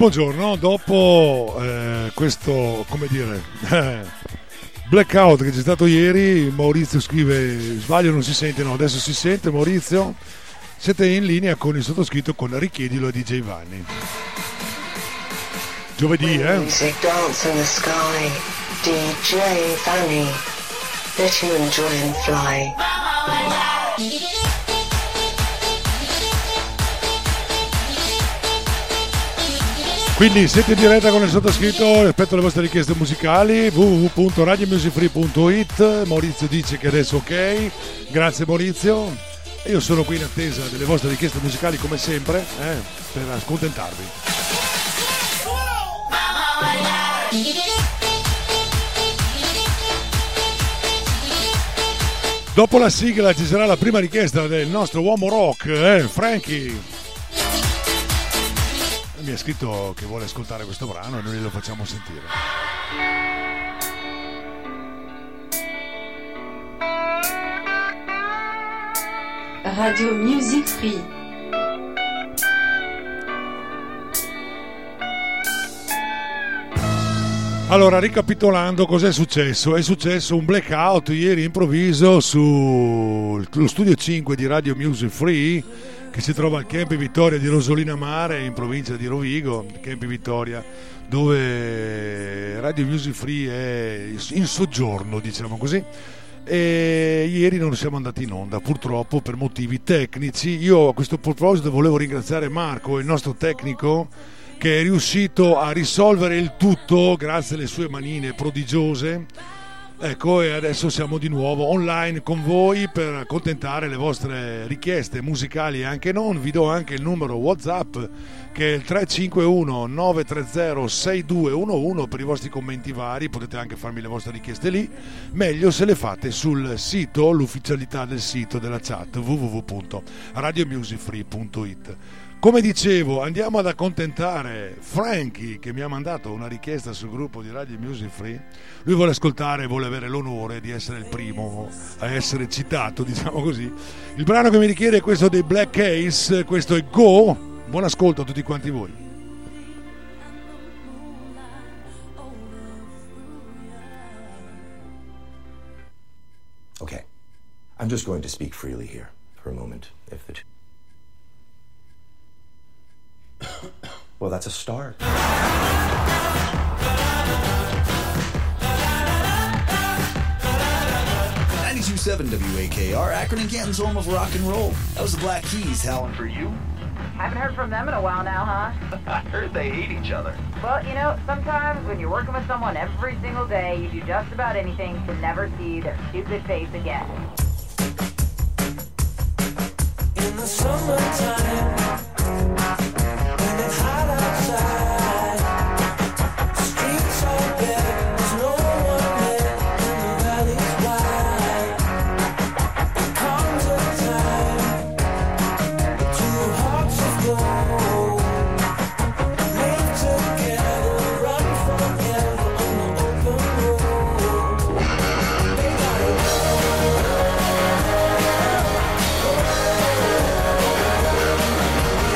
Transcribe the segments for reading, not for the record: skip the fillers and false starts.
buongiorno. Dopo questo, come dire, blackout che c'è stato ieri, Maurizio scrive: sbaglio, non si sente? No, adesso si sente. Maurizio, siete in linea con il sottoscritto con Richiedilo a DJ Vanni. Giovedì, Music dance in the sky, DJ Vanni, let you enjoy and fly. Quindi siete in diretta con il sottoscritto, aspetto le vostre richieste musicali, www.radiomusicfree.it. Maurizio dice che adesso ok, grazie Maurizio. E io sono qui in attesa delle vostre richieste musicali come sempre, per accontentarvi. Dopo la sigla ci sarà la prima richiesta del nostro uomo rock, Frankie. Mi ha scritto che vuole ascoltare questo brano e noi lo facciamo sentire. Radio Music Free. Allora, ricapitolando, cos'è successo? È successo un blackout ieri improvviso sullo studio 5 di Radio Music Free, che si trova al Campi Vittoria di Rosolina Mare, in provincia di Rovigo, Campi Vittoria, dove Radio Music Free è in soggiorno, diciamo così. E ieri non siamo andati in onda, purtroppo, per motivi tecnici. Io a questo proposito volevo ringraziare Marco, il nostro tecnico, che è riuscito a risolvere il tutto grazie alle sue manine prodigiose. Ecco, e adesso siamo di nuovo online con voi per accontentare le vostre richieste musicali e anche non. Vi do anche il numero WhatsApp, che è il 351 930 6211 per i vostri commenti vari. Potete anche farmi le vostre richieste lì, meglio se le fate sul sito, l'ufficialità del sito della chat, www.radiomusicfree.it. Come dicevo, andiamo ad accontentare Frankie, che mi ha mandato una richiesta sul gruppo di Radio Music Free. Lui vuole ascoltare, vuole avere l'onore di essere il primo a essere citato, diciamo così. Il brano che mi richiede è questo dei Black Keys, questo è Go. Buon ascolto a tutti quanti voi. Okay, I'm just going to speak freely here for a moment, if the well, that's a start. 92.7 WAKR, Akron and Canton's home of rock and roll. That was the Black Keys howling for you. Haven't heard from them in a while now, huh? I heard they hate each other. Well, you know, sometimes when you're working with someone every single day, you do just about anything to never see their stupid face again. In the summertime, when it's hot outside, the streets are bare, there's no one there, and the valley's wide. There comes a time, two hearts of gold, live together, run forever on the open road. They gotta go.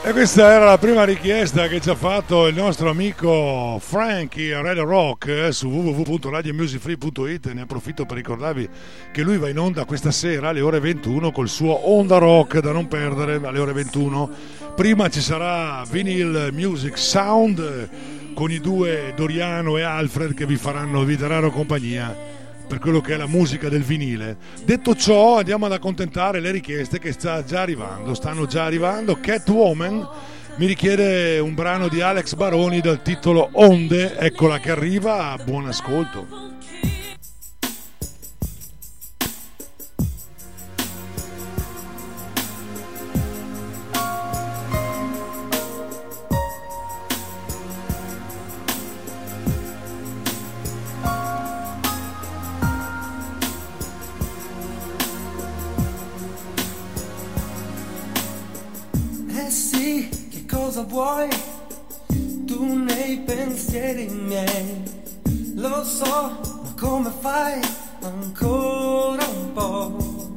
E questa era la prima richiesta che ci ha fatto il nostro amico Frankie a Radio Rock su www.radiomusicfree.it. Ne approfitto per ricordarvi che lui va in onda questa sera alle ore 21 col suo Onda Rock da non perdere alle ore 21. Prima ci sarà Vinyl Music Sound con i due Doriano e Alfred che vi daranno compagnia per quello che è la musica del vinile. Detto ciò, andiamo ad accontentare le richieste che stanno già arrivando. Catwoman mi richiede un brano di Alex Baroni dal titolo Onde, eccola che arriva, buon ascolto. Cosa vuoi tu nei pensieri miei? Lo so, ma come fai ancora un po'?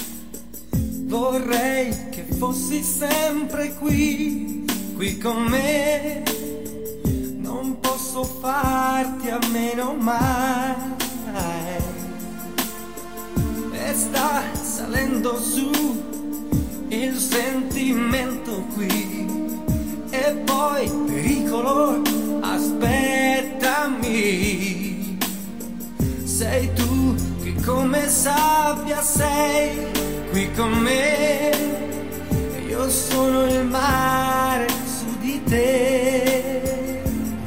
Vorrei che fossi sempre qui con me. Non posso farti a meno mai. E sta salendo su il sentimento qui. E poi pericolo, aspettami. Sei tu che come sabbia sei qui con me. E io sono il mare su di te.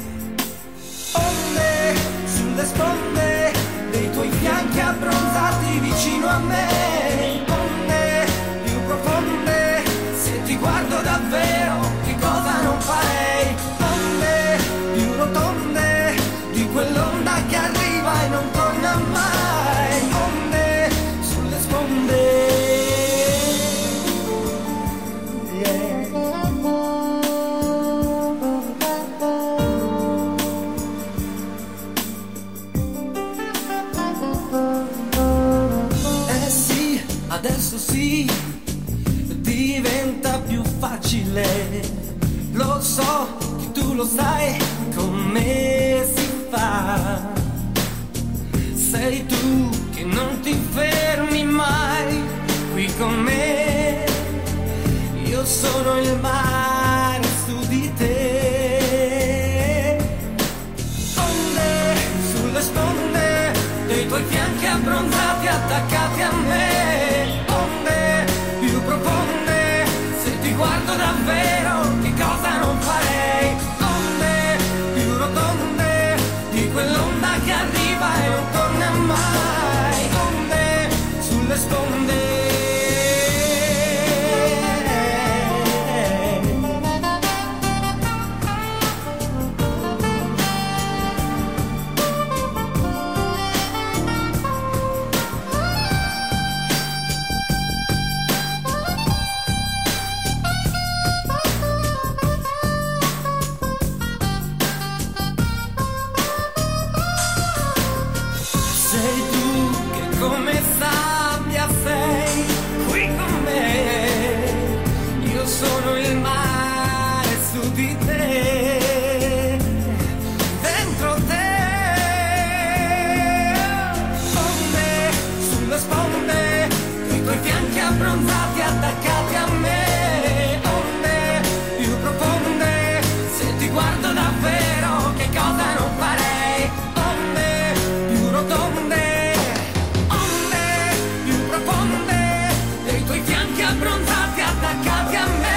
Onde sulle sponde dei tuoi fianchi abbronzati vicino a me. Onde più profonde, se ti guardo davvero cosa non farei. Onde più rotonde di quell'onda che arriva e non torna mai. Onde sulle sponde, yeah. Eh sì, adesso sì, diventa più facile. Lo so che tu lo sai come si fa. Sei tu che non ti fermi mai qui con me. Io sono il mare su di te. Onde sulle sponde dei tuoi fianchi abbronzati attaccati a me. Onde più profonde, se ti guardo davvero cosa non farei. Onde più rotonde di quell'onda che arriva e non torna mai. Onde sulle sponde. Sono il mare su di te, dentro te. Onde sulle sponde, i tuoi fianchi abbronzati attaccati a me. Onde più profonde, se ti guardo davvero che cosa non farei. Onde più rotonde, onde più profonde, i tuoi fianchi abbronzati attaccati a me.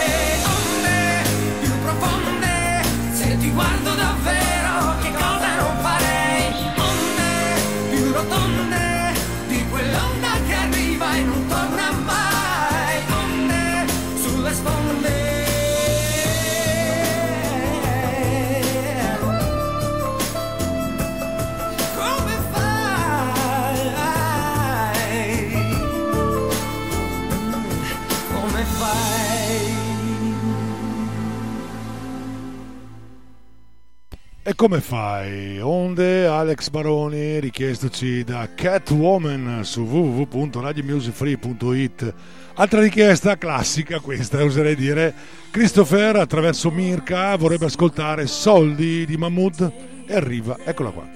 Guardo davvero che cosa non farei. Onde più rotonde di quell'onda che arriva e non torna mai. E come fai? Onde Alex Baroni, richiestoci da Catwoman su www.radiomusicfree.it. Altra richiesta classica questa, oserei dire. Christopher attraverso Mirka vorrebbe ascoltare Soldi di Mahmood e arriva, eccola qua.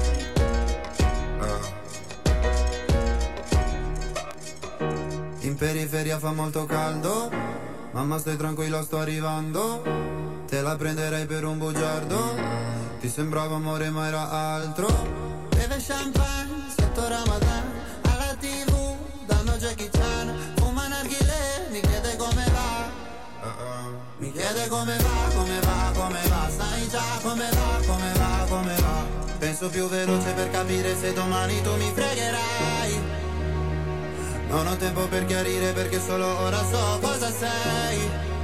In periferia fa molto caldo, mamma stai tranquilla sto arrivando, te la prenderei per un bugiardo. Ti sembrava amore ma era altro. Beve champagne sotto Ramadan, alla TV danno Jackie Chan, fuma narghilè, mi chiede come va. Mi chiede come va, come va, come va. Sai già come va, come va, come va. Penso più veloce per capire se domani tu mi fregherai. Non ho tempo per chiarire perché solo ora so cosa sei.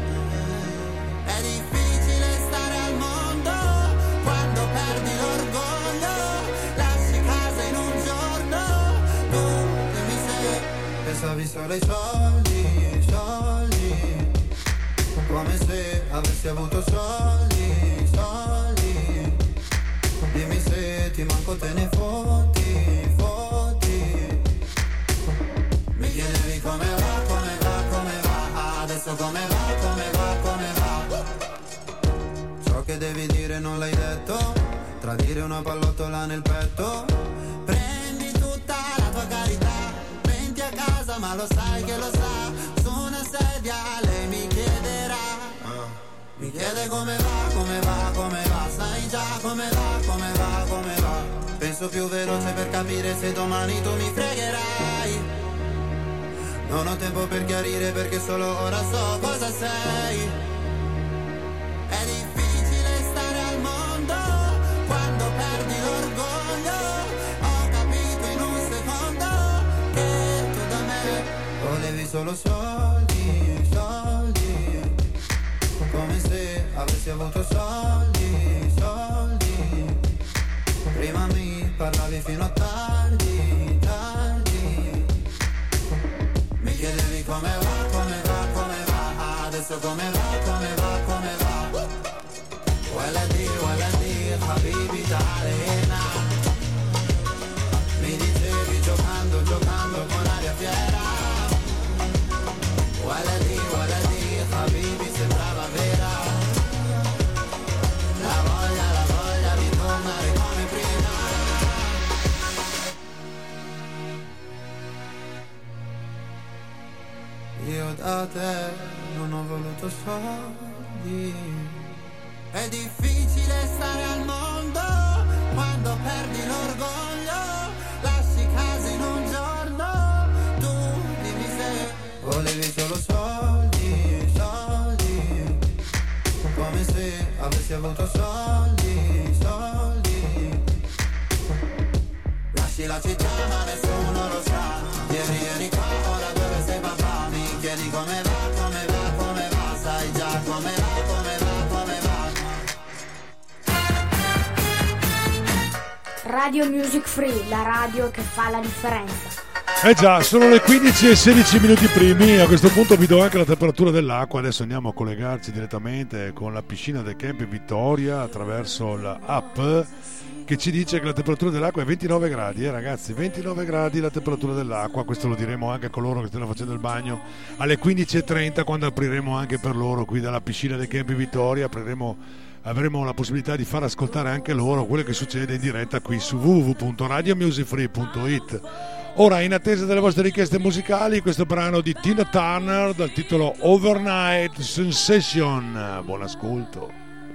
È difficile stare al mondo quando perdi l'orgoglio, lasci casa in un giorno, tu dimmi se pensavi solo ai soldi, soldi, come se avessi avuto soldi, soldi, dimmi se ti manco te ne fotti, fotti, mi chiedevi come va, come va, come va, adesso come va, come va, come va. Ciò che devi dire non l'hai detto, tradire una pallottola nel petto. Prendi tutta la tua carità, venti a casa ma lo sai che lo sa. Su una sedia lei mi chiederà, mi chiede come va, come va, come va. Sai già come va, come va, come va. Penso più veloce per capire se domani tu mi fregherai. Non ho tempo per chiarire perché solo ora so cosa sei. È difficile stare al mondo quando perdi l'orgoglio. Ho capito in un secondo che tu da me volevi solo soldi, soldi, come se avessi avuto soldi, soldi. Prima mi parlavi fino a tardi, tardi. Mi chiedevi come va, come va, come va. Adesso come va, come va, come va. Waladi, habibi ta'alena. Mi dicevi giocando, giocando con aria fiera. Waladi, habibi sembrava vera. La voglia di tornare come prima. Io da te non ho voluto soldi. È difficile stare al mondo quando perdi l'orgoglio, lasci casa in un giorno, tu dimmi se volevi solo soldi, soldi, come se avessi avuto soldi, soldi. Lasci la città ma nessuno lo sa, vieni qua, ora dove sei papà, mi chiedi come va, come va, come va, sai già come va, come va, come va. Radio Music Free, la radio che fa la differenza. Eh già, sono le 15 e 16 minuti primi. A questo punto vi do anche la temperatura dell'acqua. Adesso andiamo a collegarci direttamente con la piscina del Camp Vittoria attraverso l'app che ci dice che la temperatura dell'acqua è 29 gradi, ragazzi, 29 gradi la temperatura dell'acqua. Questo lo diremo anche a coloro che stanno facendo il bagno alle 15:30, quando apriremo anche per loro qui dalla piscina del Camp Vittoria. Avremo la possibilità di far ascoltare anche loro quello che succede in diretta qui su www.radiomusicfree.it. Ora, in attesa delle vostre richieste musicali, questo brano di Tina Turner dal titolo Overnight Sensation. Buon ascolto.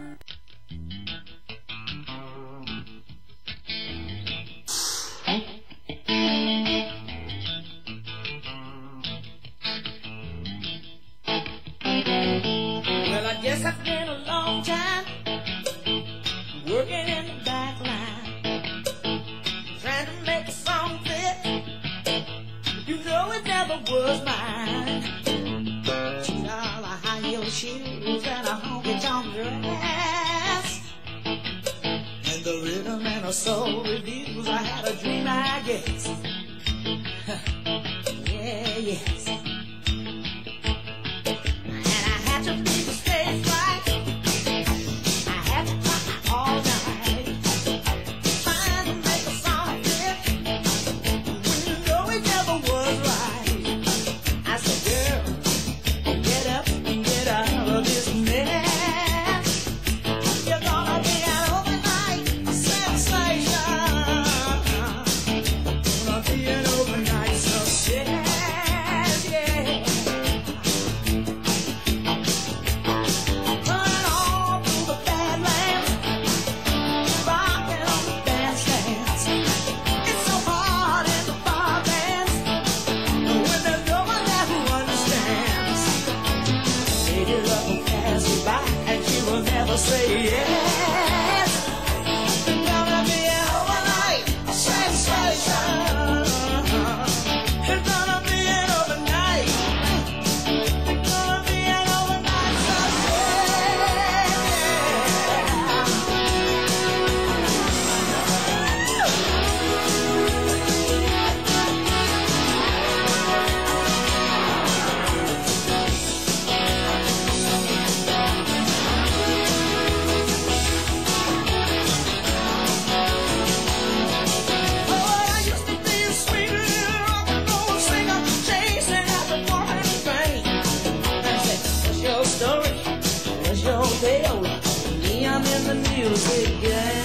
Well, I guess it's been a long time working in the back line, trying to make a song fit. You know it never was mine. All a high heel shoes and a honky tonk dress, and the rhythm and the soul reviews. I had a dream, I guess. Yeah, yes. And I had to be the stage right. I had to cry all night. music game.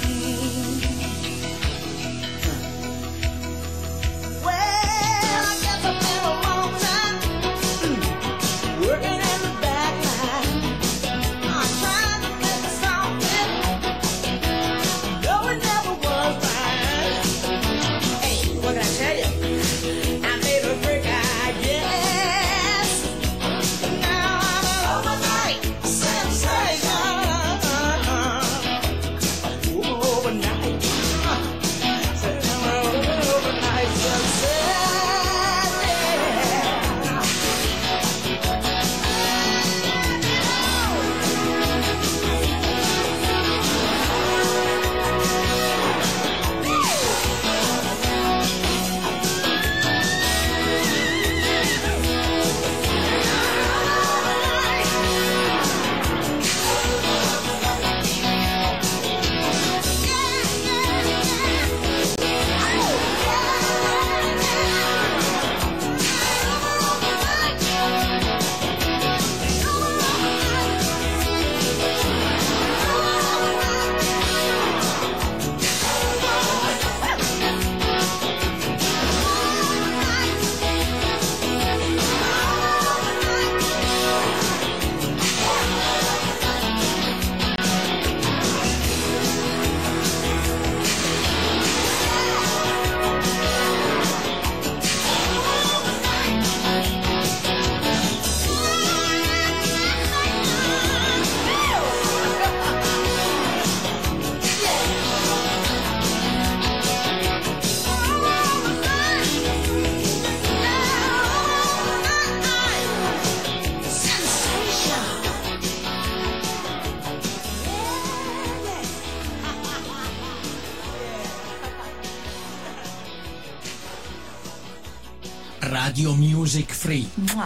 Radio Music Free.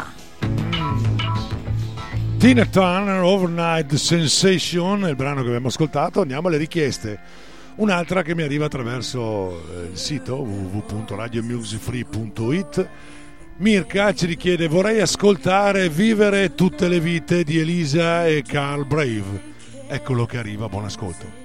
Tina Turner, Overnight Sensation, è il brano che abbiamo ascoltato. Andiamo alle richieste. Un'altra che mi arriva attraverso il sito www.radiomusicfree.it. Mirka ci richiede: vorrei ascoltare Vivere tutte le vite di Elisa e Carl Brave. Eccolo che arriva, buon ascolto.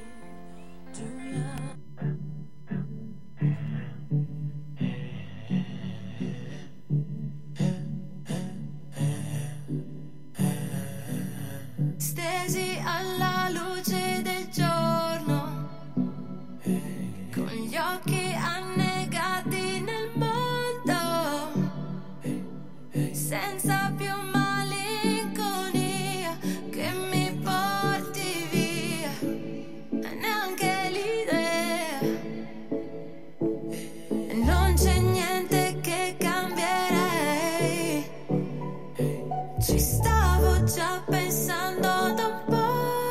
Stesi alla luce del giorno, con gli occhi annegati nel mondo, senza più malinconia che mi porti via, neanche l'idea, non c'è niente che cambierei, ci stavo già pensando da un po',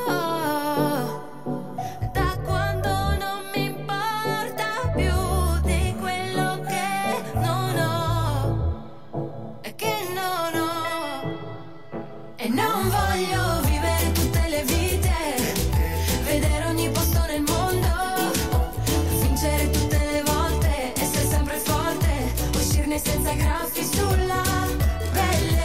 da quando non mi importa più di quello che non ho e che non ho, e non voglio vivere tutte le vite, vedere ogni posto nel mondo, vincere tutte le volte, essere sempre forte, uscirne senza graffi sulla pelle.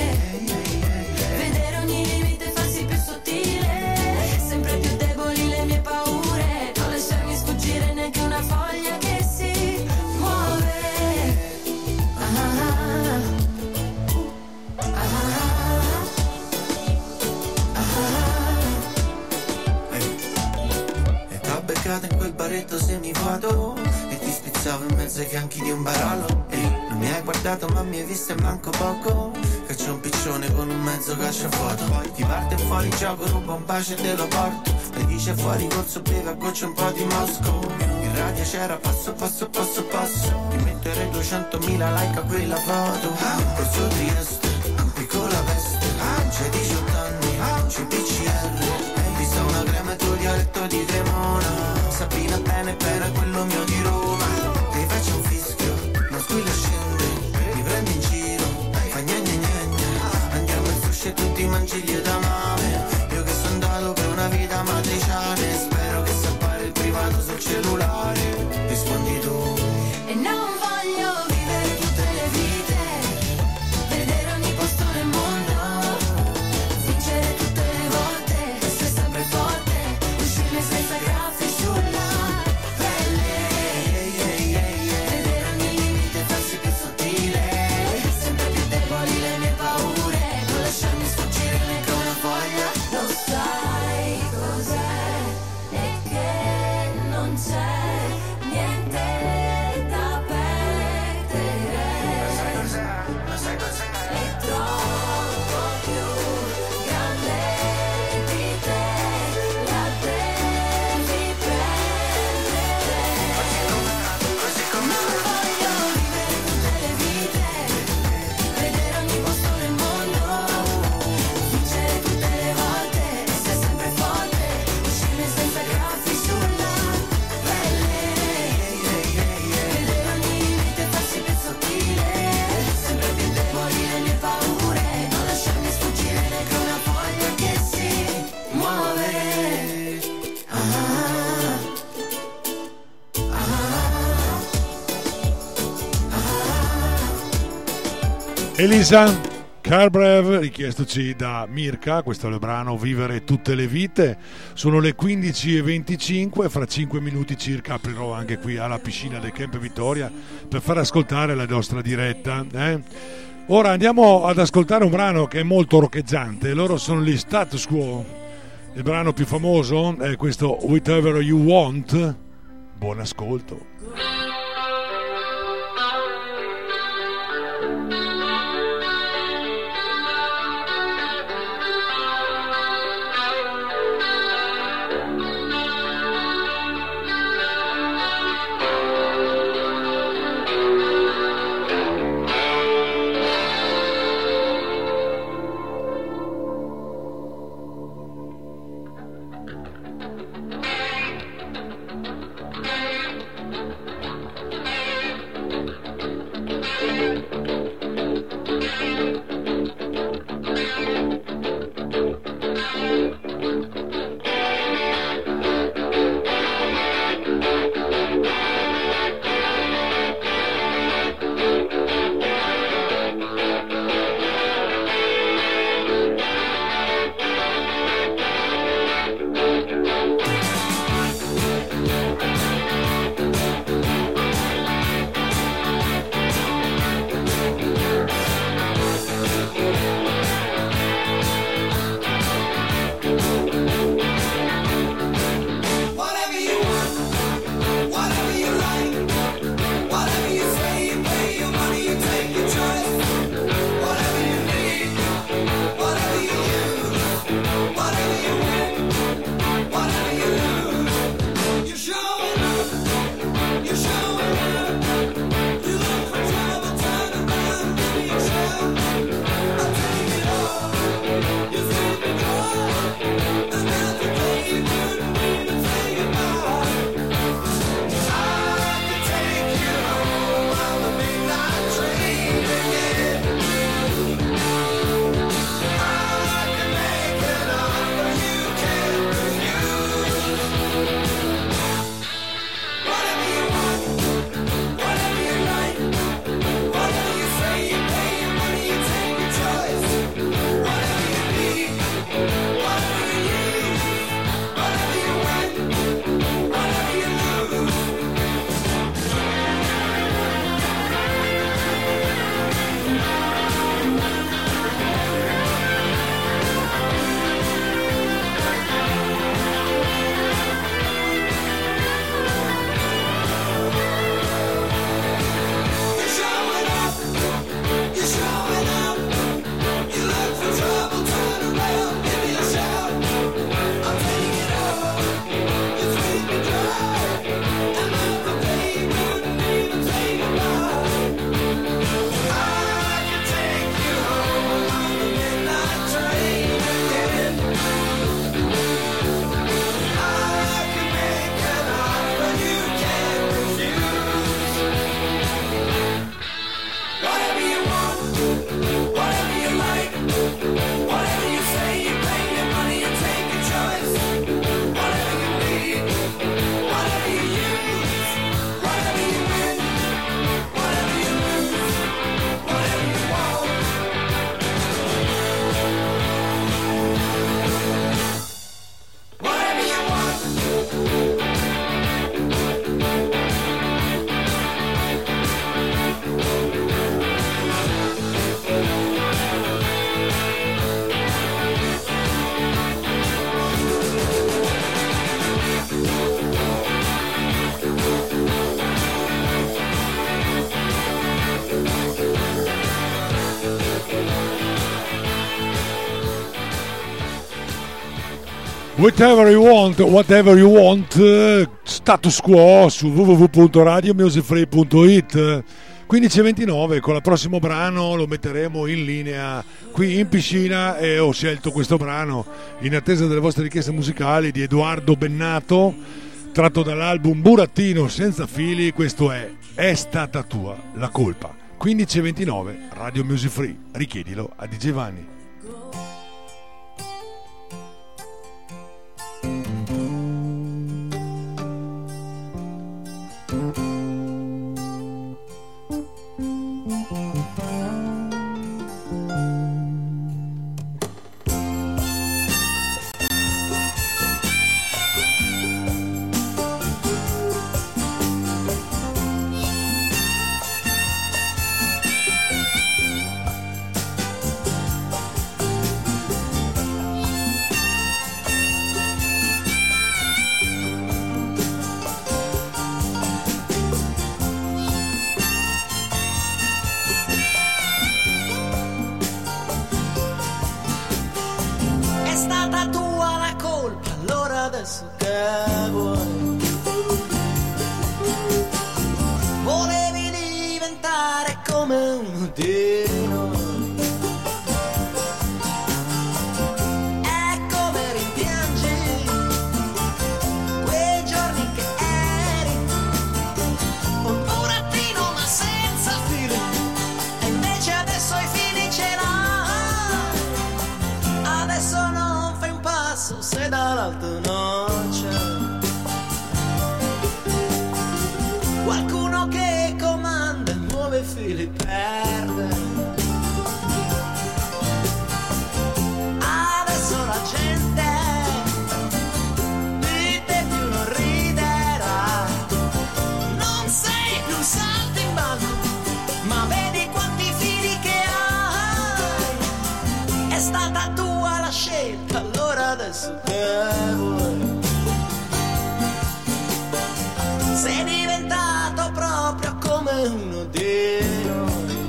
In quel baretto semivuoto e ti spizzavo in mezzo ai fianchi di un barolo. E non mi hai guardato ma mi hai visto e manco poco, che c'è un piccione con un mezzo cacciafoto. Poi ti parte fuori gioco, ruba un bacio e te lo porto, e dice fuori corso beve a goccia un po' di Mosco. In radio c'era passo passo passo passo, ti metterei 200.000 like a quella foto. Corso Trieste, piccola peste, c'hai 18 anni, c'è PCR, hai visto una crema e tuo dialetto di Cremona. Sabrina bene bene quello mio di Roma, ti faccio un fischio, non squilla scende, mi prendi in giro, fai gna gna gna gna, andiamo in sushi e tutti mangi gli edamame. Io che sono andato per una vita matriciale, spero che salvare il privato sul cellulare. Rispondi tu. E non voglio vivere tutte le vite, vedere ogni posto nel mondo, vincere tutte le volte, essere sempre forte, uscire Elisa Carbrev, richiestoci da Mirka, questo è il brano Vivere tutte le vite. Sono le 15:25, fra 5 minuti circa aprirò anche qui alla piscina del Camp Vittoria per far ascoltare la nostra diretta. Ora andiamo ad ascoltare un brano che è molto roccheggiante, loro sono gli Status Quo. Il brano più famoso è questo Whatever You Want. Buon ascolto. Whatever you want, Status Quo su www.radiomusicfree.it. 15:29, con il prossimo brano lo metteremo in linea qui in piscina e ho scelto questo brano in attesa delle vostre richieste musicali di Edoardo Bennato, tratto dall'album Burattino senza fili. Questo è stata tua la colpa. 15:29, Radio Music Free, richiedilo a DJ Vanni. adesso che vuoi? Volevi diventare come uno di noi. E come rimpiangi quei giorni che eri un burattino ma senza fili, e invece adesso i fili ce l'hai. Adesso non fai un passo se dall'alto non c'è qualcuno che comanda e muove fili, perde. Adesso la gente di te più non riderà. Non sei più un saltimbanco, ma vedi quanti fili che hai. È stata tua la scelta, allora adesso che vuoi? Sei diventato proprio come uno di noi.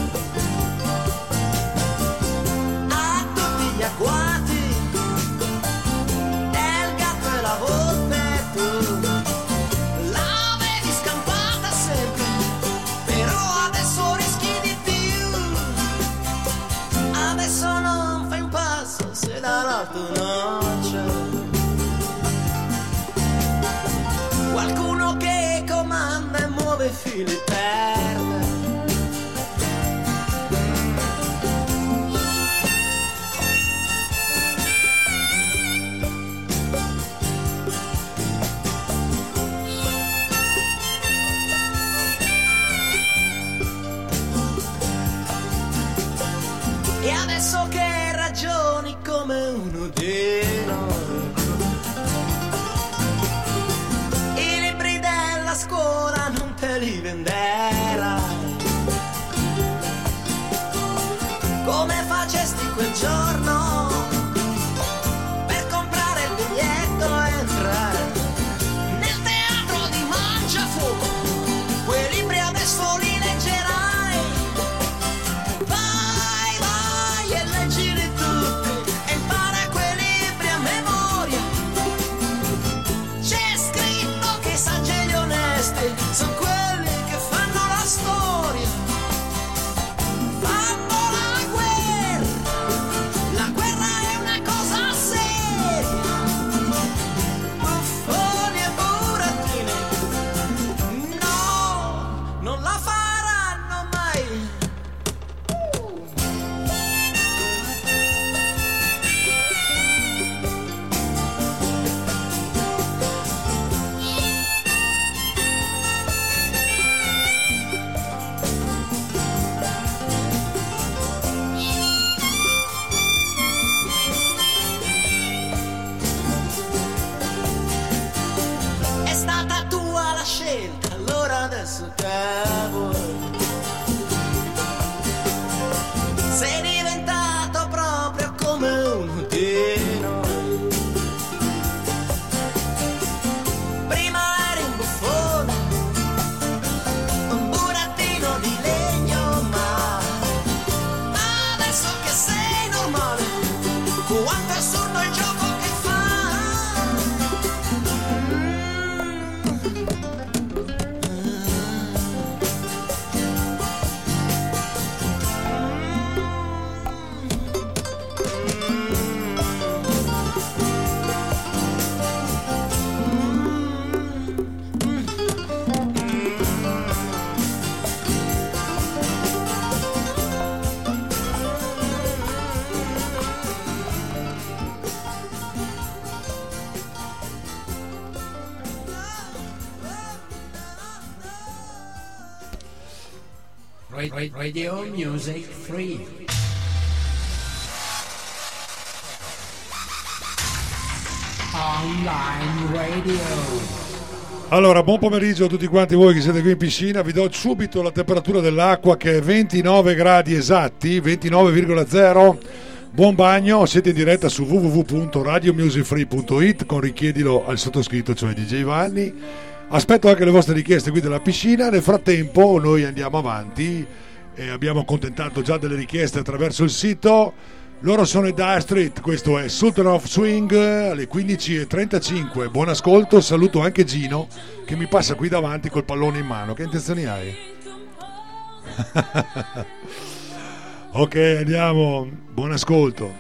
A tutti gli agguati del gatto e la volpe tu l'avevi scampata sempre, però adesso rischi di più. Adesso non fai un passo se dall'alto non c'è qualcuno che comanda e muove fili, perde. E adesso che ragioni come uno di noi, i libri della scuola non te li venderai come facesti quel giorno per comprare il biglietto e entrare nel teatro di Mangiafuoco. Quei libri adesso li leggerai. Vai, vai e leggili tutti e impara quei libri a memoria. C'è scritto che i saggi e gli onesti sono quelli che fanno la storia. Fanno la guerra è una cosa seria. Buffoni e burattini, no, non la faranno mai. È stata tua la scelta, allora adesso che vuoi? Sei diventato proprio come uno di noi. Prima eri un buffone, un burattino di legno, ma adesso che sei normale, quanto è assurdo il gioco che fai. Radio Music Free. Online Radio. Allora, buon pomeriggio a tutti quanti voi che siete qui in piscina. Vi do subito la temperatura dell'acqua che è 29 gradi esatti, 29,0. Buon bagno, siete in diretta su www.radiomusicfree.it con richiedilo al sottoscritto, cioè DJ Vanni. Aspetto anche le vostre richieste qui della piscina. Nel frattempo noi andiamo avanti e abbiamo accontentato già delle richieste attraverso il sito. Loro sono i Dire Street, questo è Sultan of Swing alle 15:35. Buon ascolto, saluto anche Gino che mi passa qui davanti col pallone in mano. Che intenzioni hai? Ok, andiamo, buon ascolto.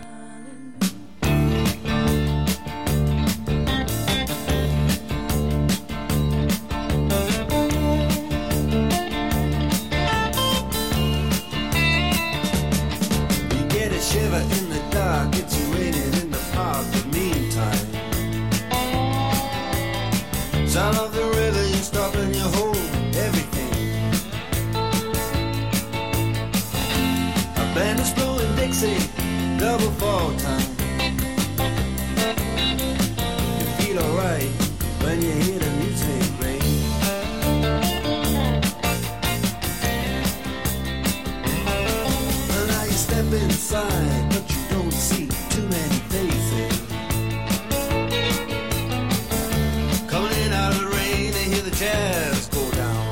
Sound of the river, you stop and you hold everything. A band is blowing Dixie, double fall time. You feel alright when you hear the music ring. And now you step inside, but you don't see too many faces. Jazz go down.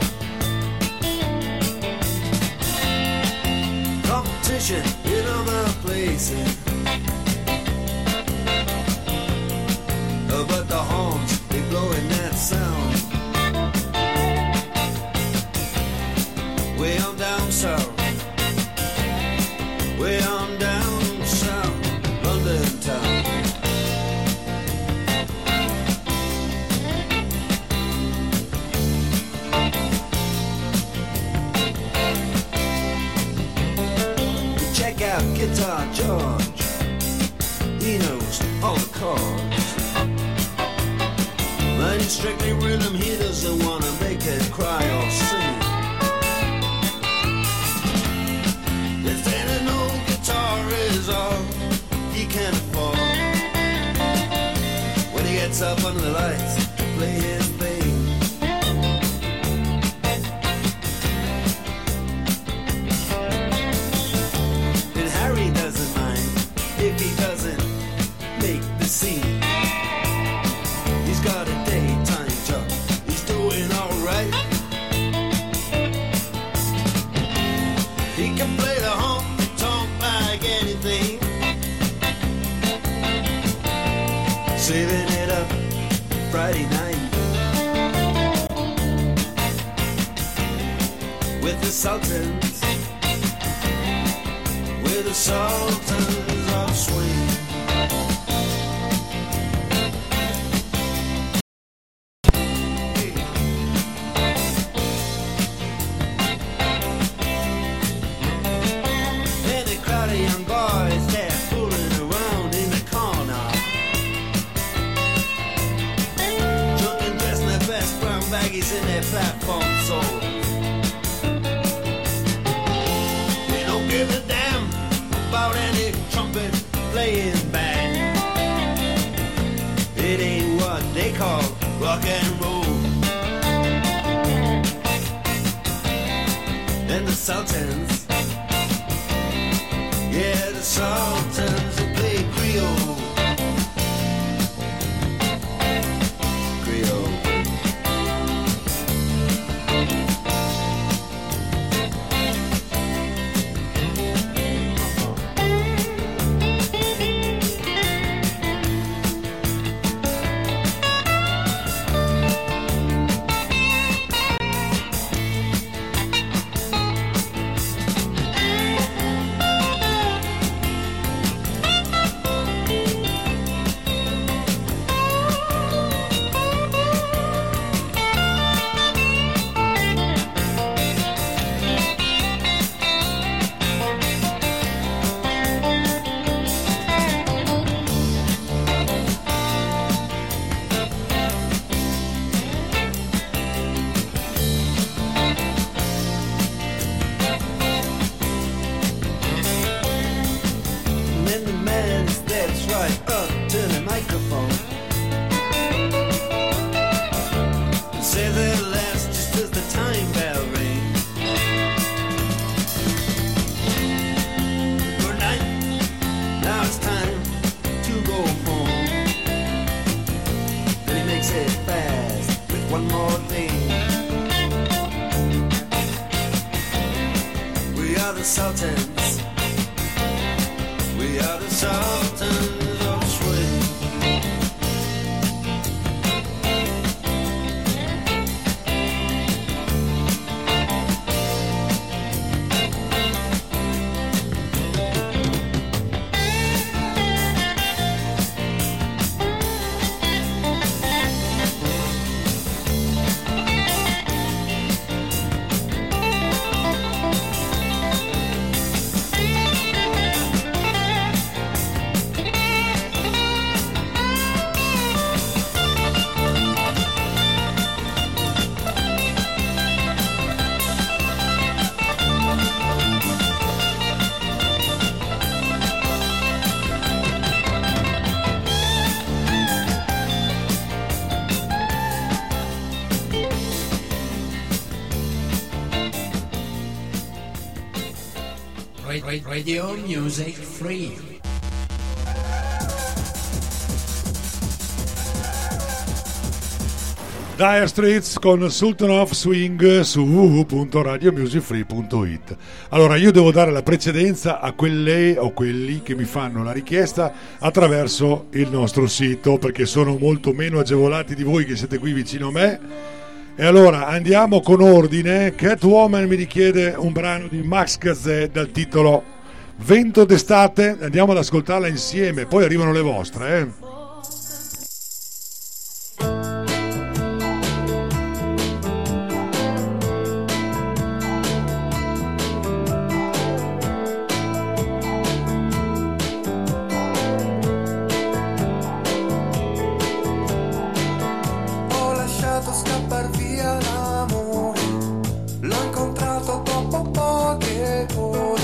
Competition in other places, but the horns, they blowing that sound. Way on down south, way on down south, London town. Guitar George, he knows all the chords. But in strictly rhythm, he doesn't wanna make it cry or sing. If any old guitar is all he can afford, when he gets up under the lights to play his thing. If he doesn't make the scene, he's got a daytime job, he's doing alright. He can play the honky-tonk like anything, saving it up Friday night with the Sultans, with the Sultans of Swing. And a crowd of young boys, they're fooling around in the corner, drunk and dressed in their best brown baggies in their platform soles. They don't give a damn about any trumpet playing band. It ain't what they call rock and roll. And the Sultans, yeah, the Sultans who play Creole. Creole. We are the Sultans. We the other sultans of swing. Radio Music Free. Dire Straits con Sultan of Swing su www.radiomusicfree.it. Allora, io devo dare la precedenza a quelle o quelli che mi fanno la richiesta attraverso il nostro sito, perché sono molto meno agevolati di voi che siete qui vicino a me. E allora andiamo con ordine. Catwoman mi richiede un brano di Max Gazzè dal titolo Vento d'estate, andiamo ad ascoltarla insieme, poi arrivano le vostre, Ho lasciato scappar via l'amore, l'ho incontrato dopo poche ore.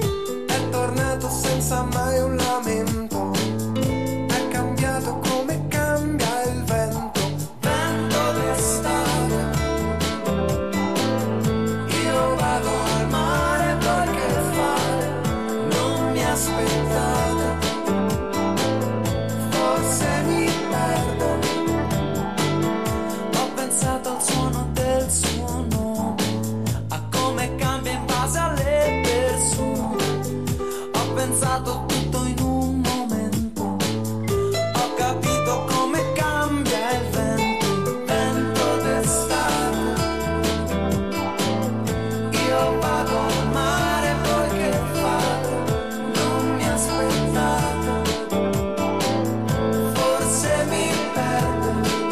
Senza mai un lamento, è cambiato come cambia il vento, vento d'estate. Io vado al mare perché fare, non mi aspettate, forse mi perdo. Ho pensato al suono del suo nome, a come cambia in base alle persone. Ho pensato tutto in un momento, ho capito come cambia il vento, vento d'estate. Io vado al mare, voi che fate? Non mi aspettate, forse mi perdo.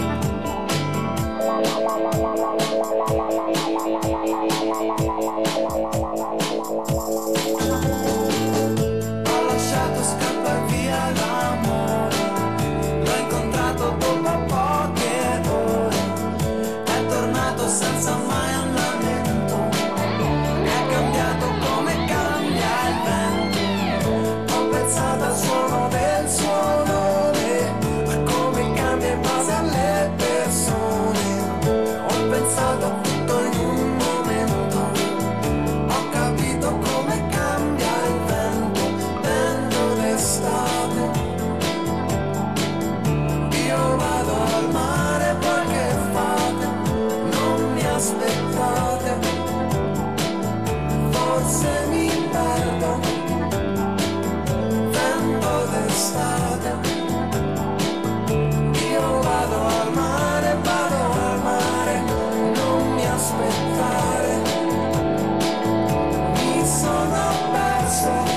Ho lasciato scappar via l'amore, l'ho incontrato dopo poche ore, è tornato senza mai un lamento, è cambiato come cambia il vento. Ho pensato al suono del suo nome, a come cambia in base alle persone. Ho pensato a tutto in un momento, ho capito come cambia il vento, vento d'estate. Io vado al mare, voi che fate? Non mi aspettate, forse mi perdo, vento d'estate. Io vado al mare, non mi aspettare, mi sono perso.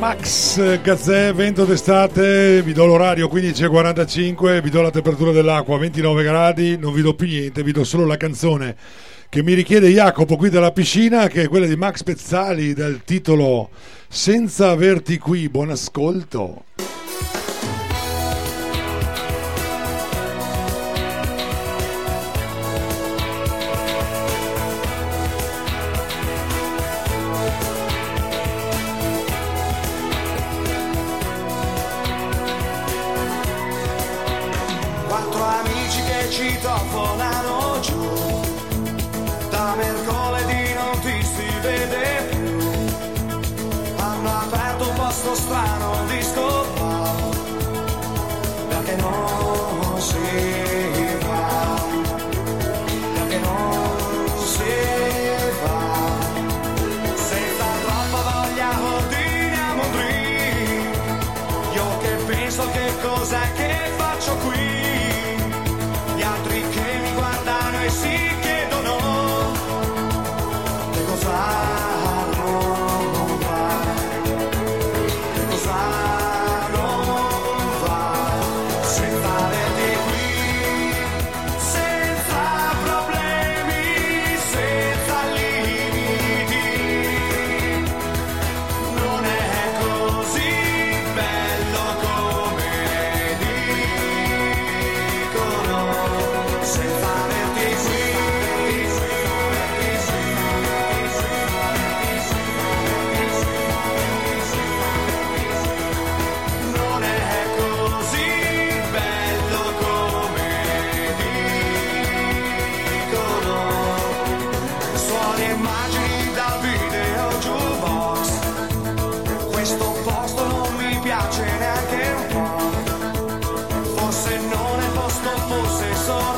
Max Gazzè, vento d'estate, vi do l'orario 15:45, vi do la temperatura dell'acqua 29 gradi, non vi do più niente, vi do solo la canzone che mi richiede Jacopo qui dalla piscina, che è quella di Max Pezzali dal titolo Senza averti qui. Buon ascolto. Quattro amici che citofonano giù, da mercoledì non ti si vede più, hanno aperto un posto strano, un disco bar, perché non si va, perché non si va, senza troppa voglia ordiniamo un drink, io che penso che cos'è che faccio qui. Gli altri che mi guardano e si chiedono che cosa non va, che cosa non va, senza averti qui, senza problemi, senza limiti, non è così bello come senza averti qui, non è così bello come dicono, suoni immagini dal video jukebox, questo posto non mi piace neanche un po', forse non è posto, forse sono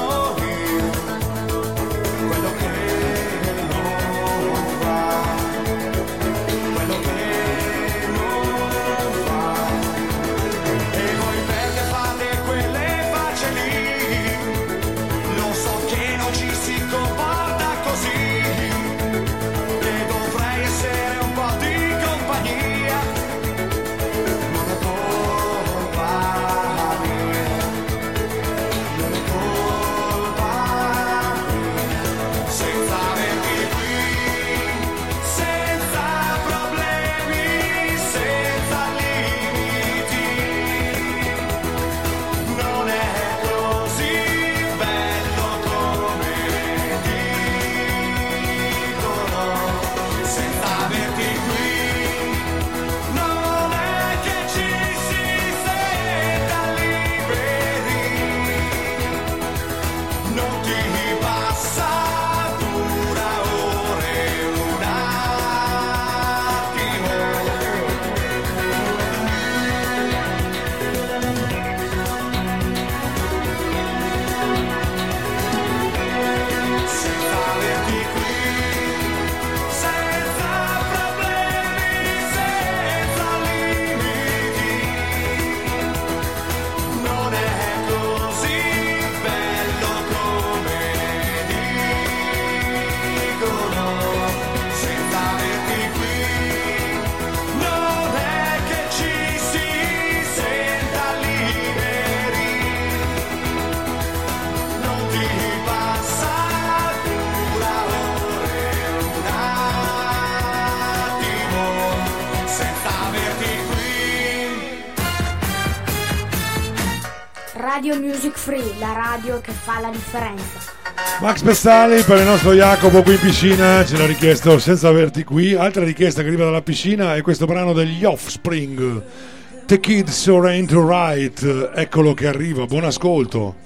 Radio Music Free, la radio che fa la differenza. Max Pezzali per il nostro Jacopo qui in piscina, ce l'ha richiesto Senza averti qui. Altra richiesta che arriva dalla piscina è questo brano degli Offspring, The Kids Ain't Right. Eccolo che arriva, buon ascolto.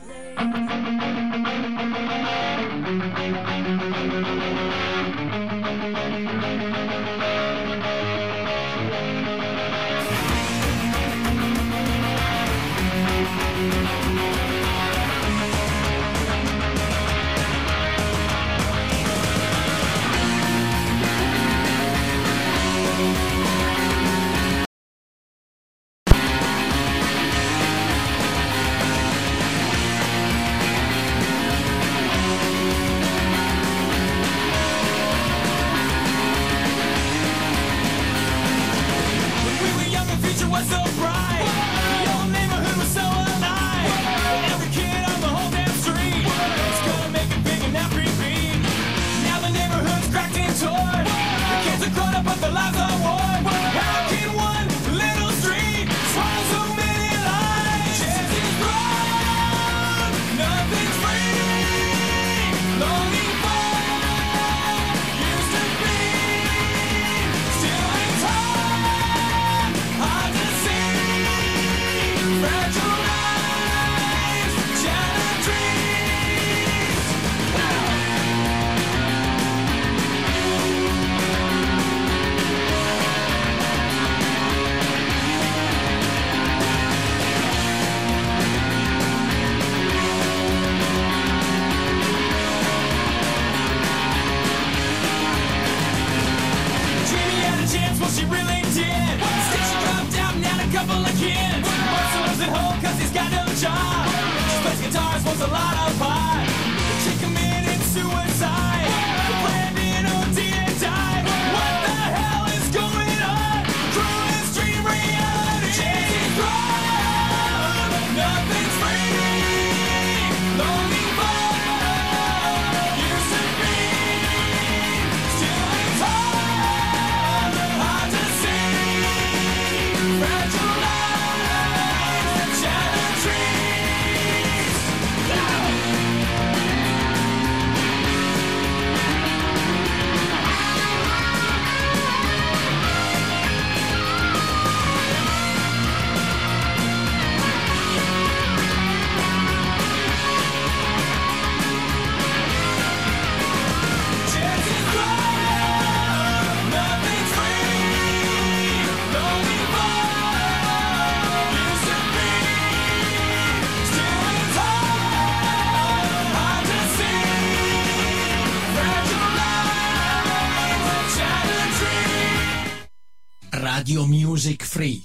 Radio Music Free.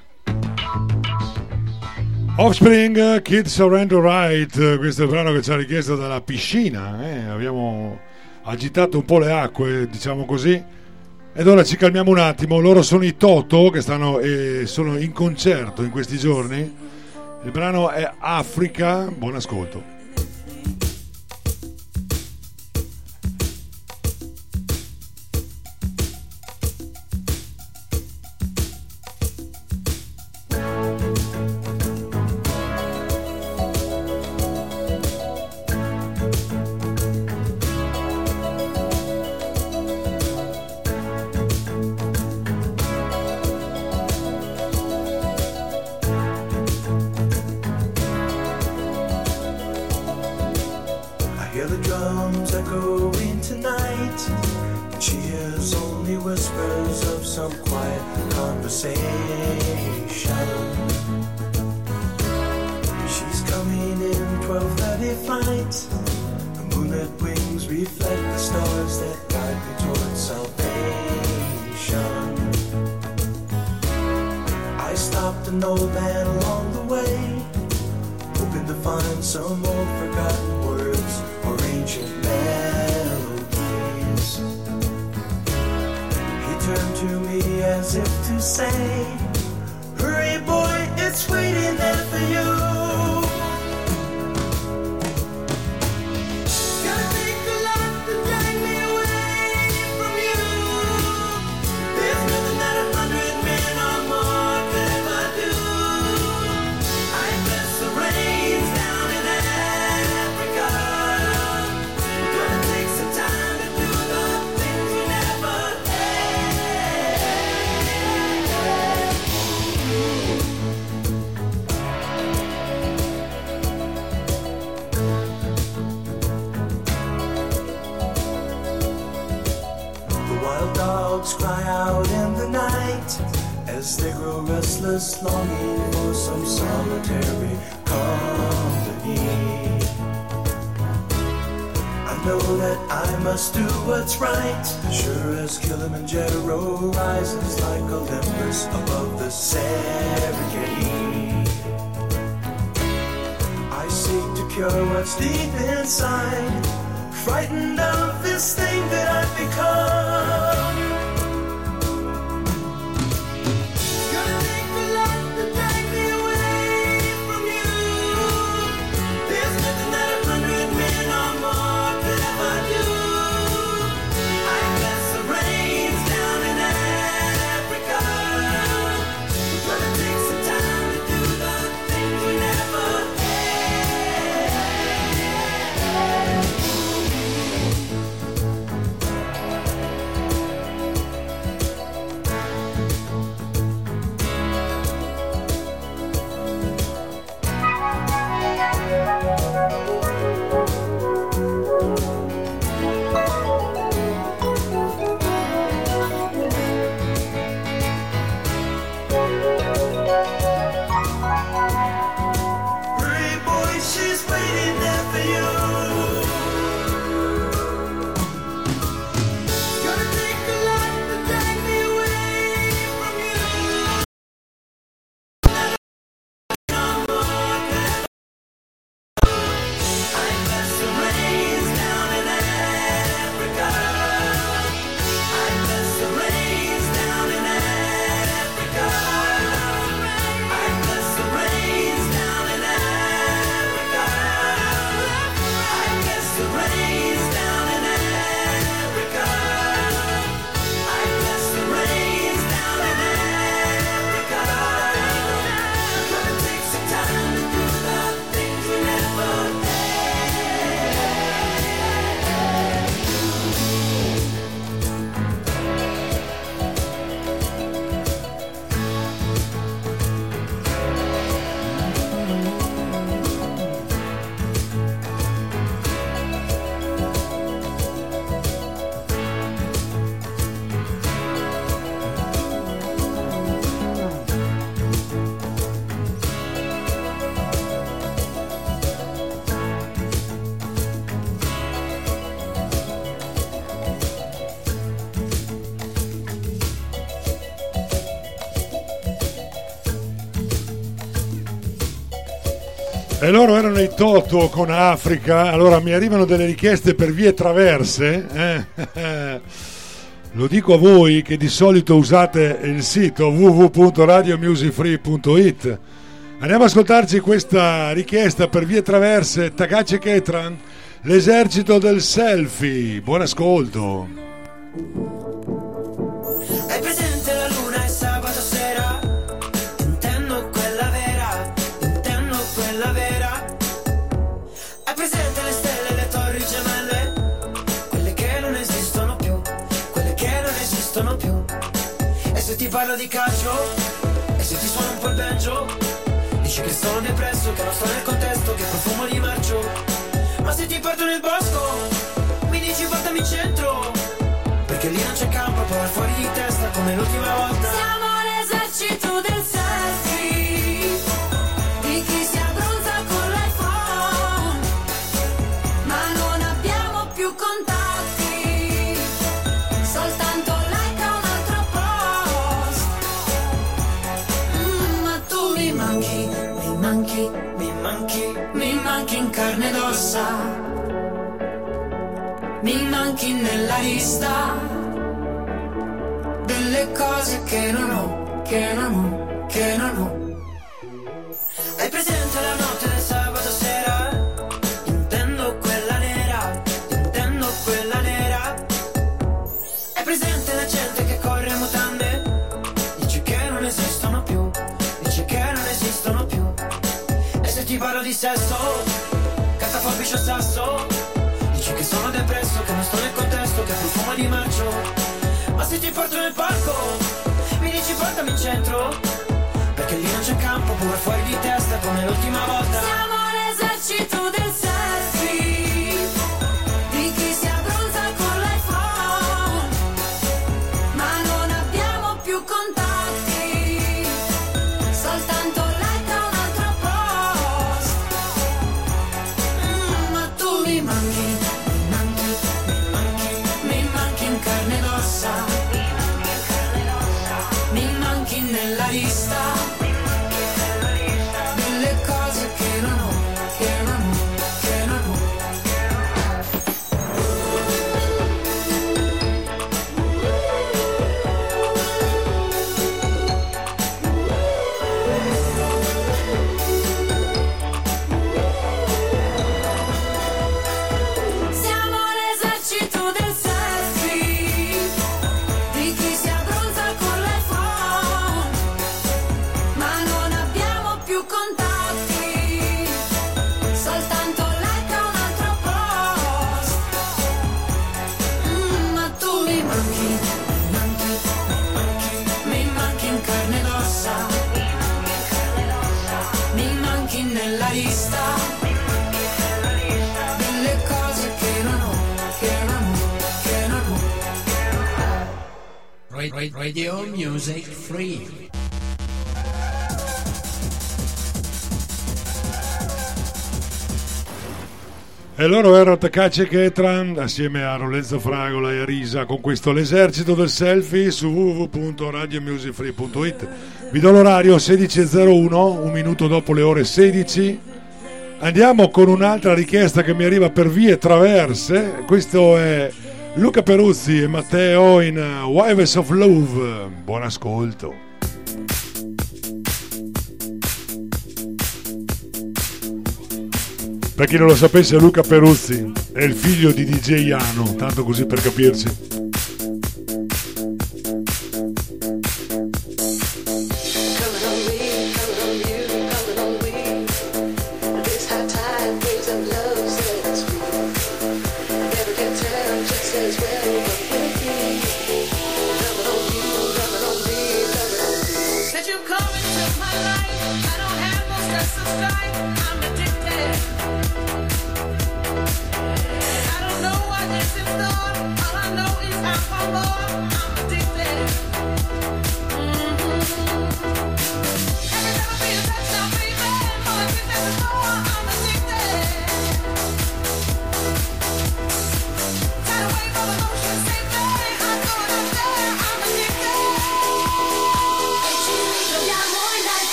Offspring, Kids Surrender Right, questo è il brano che ci ha richiesto dalla piscina, abbiamo agitato un po' le acque, diciamo così, ed ora ci calmiamo un attimo. Loro sono i Toto, che sono in concerto in questi giorni. Il brano è Africa, buon ascolto. Longing for some solitary company. I know that I must do what's right, sure as Kilimanjaro rises like Olympus above the Serengeti. I seek to cure what's deep inside, frightened of this thing that I've become. E loro erano i Toto con Africa. Allora mi arrivano delle richieste per vie traverse. Lo dico a voi che di solito usate il sito www.radiomusicfree.it. Andiamo ad ascoltarci questa richiesta per vie traverse. Takashi Ketran, l'esercito del selfie. Buon ascolto. Hai presente la luna e sabato sera? Intendo quella vera, intendo quella vera. Hai presente le stelle e le torri gemelle? Quelle che non esistono più, quelle che non esistono più. E se ti parlo di calcio? E se ti suono un po' il banjo? Dici che sono depresso, che non sto nel contesto, che profumo di marcio. Ma se ti porto nel bosco, mi dici portami in centro. Perché lì non c'è campo, poi vai fuori di testa come l'ultima volta. Siamo l'esercito del selfie, di chi si abbronza con l'iPhone, ma non abbiamo più contatti, soltanto like a un altro post. Ma tu mi manchi, mi manchi, mi manchi, mi manchi in carne ed ossa. Mi manchi nella lista delle cose che non ho, che non ho, che non ho. Hai presente la notte del sabato sera? Intendo quella nera, intendo quella nera. Hai presente la gente che corre a mutande? Dice che non esistono più, dice che non esistono più. E se ti parlo di sesso, catafobici o sasso? Dici che sono depresso, che non sto nel contesto, che profumo di marcio. Ma se ti porto nel parco, mi dici portami in centro. Perché lì non c'è campo, pure fuori di testa come l'ultima volta. Siamo l'esercito del selfie, di chi si abbronza con l'iPhone, ma non abbiamo più contatti, soltanto like a un altro post. Ma tu mi manchi, mi manchi in carne ed ossa, mi manchi nella lista delle cose che non ho, che non ho, che non ho. Siamo l'esercito del selfie, di chi si abbronza con l'iPhone, ma non abbiamo più contatti, soltanto like a un altro post. Ma tu mi manchi, mi manchi, mi manchi, mi manchi in carne ed ossa, mi manchi nella lista delle cose che non ho, che non ho, che non ho. Radio Music Free. E loro erano Takashi Ketran assieme a Lorenzo Fragola e a Risa con questo l'esercito del selfie su www.radiomusicfree.it. Vi do l'orario 16.01, un minuto dopo le ore 16. Andiamo con un'altra richiesta che mi arriva per vie traverse. Questo è Luca Peruzzi e Matteo in Wives of Love. Buon ascolto. Per chi non lo sapesse, Luca Peruzzi è il figlio di DJ Iano, tanto così per capirci.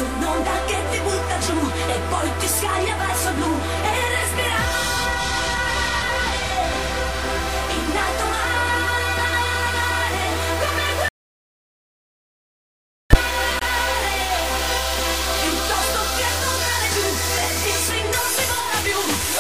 su un'onda che ti butta giù e poi ti scaglia verso il blu e respirare in alto mare come piuttosto che tornare giù per dirsi non si vola più.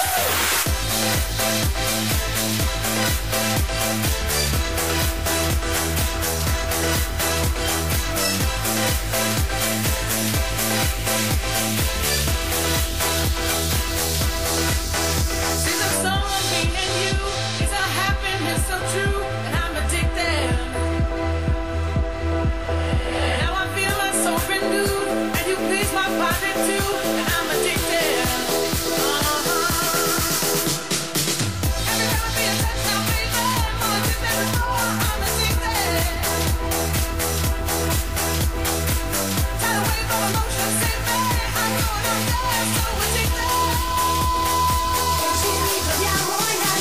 See the song of me and you is a happiness so true, and I'm addicted. Now I feel like so renewed, and you please my pocket too, and I'm addicted. Every time I feel a touch now, baby, more addicted than before, I'm addicted. Try to wave all emotions, save me, I know what I'm there, so addicted. E ci ritroviamo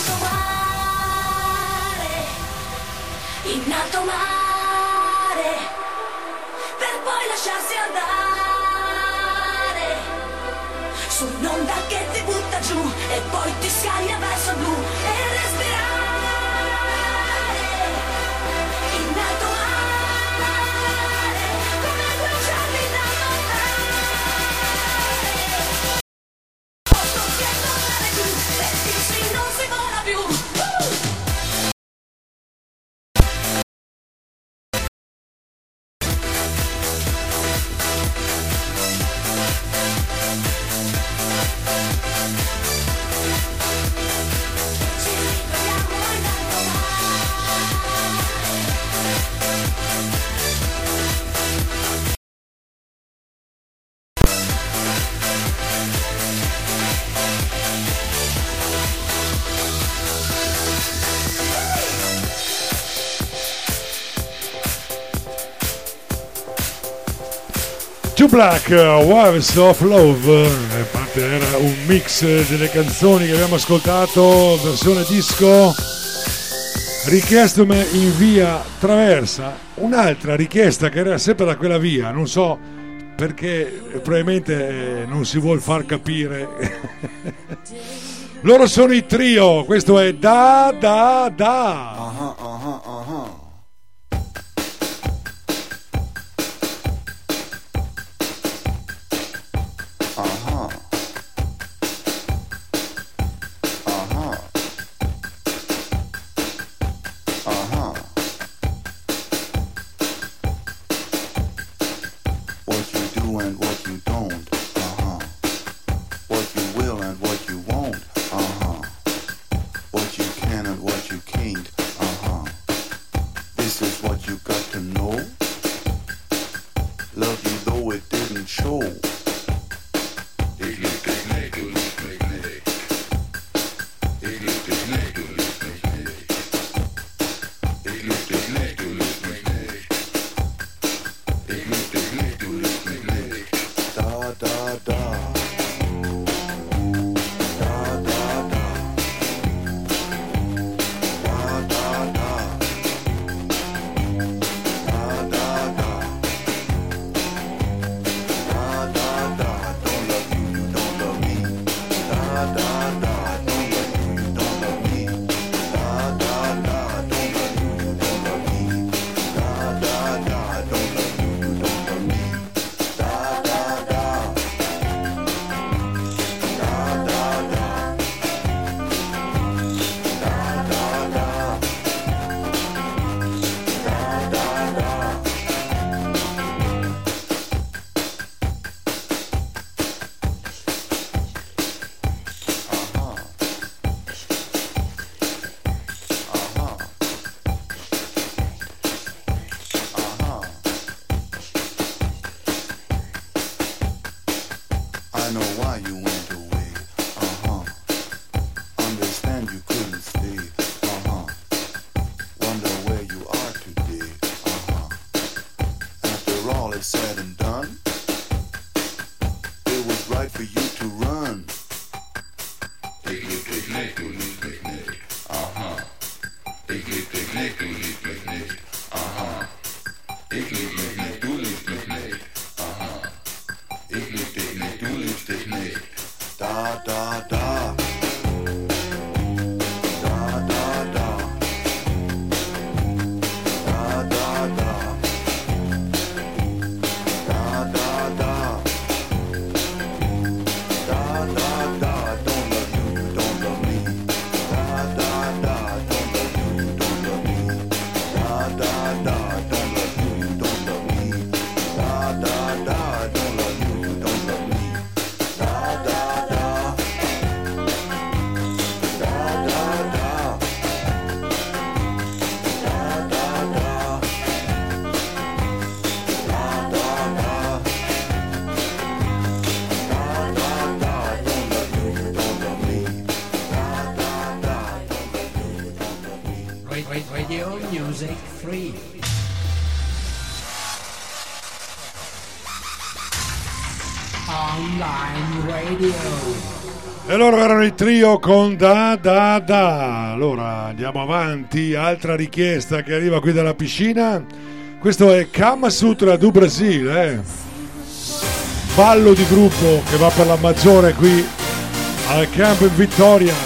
in alto mare, per poi lasciarsi andare su un'onda che ti butta giù e poi ti scaglia verso il blu e respirare in alto mare come due uccelli da montare. Posso che tornare giù per dirsi non si vola più. Ci ritroviamo in alto Two Black, Waves of Love, era un mix delle canzoni che abbiamo ascoltato, versione disco, richiesto in via Traversa, un'altra richiesta che era sempre da quella via, non so perché probabilmente non si vuol far capire. Loro sono i Trio, questo è Da Da Da. What you do and what you don't, what you will and what you won't, what you can and what you can't, this is what you got to know. Love you though it didn't show. Radio Music Free. Online Radio. E loro erano il trio con Da Da Da. Allora andiamo avanti, altra richiesta che arriva qui dalla piscina. Questo è Kama Sutra do Brasil, ballo di gruppo che va per la maggiore qui al campo in Vittoria.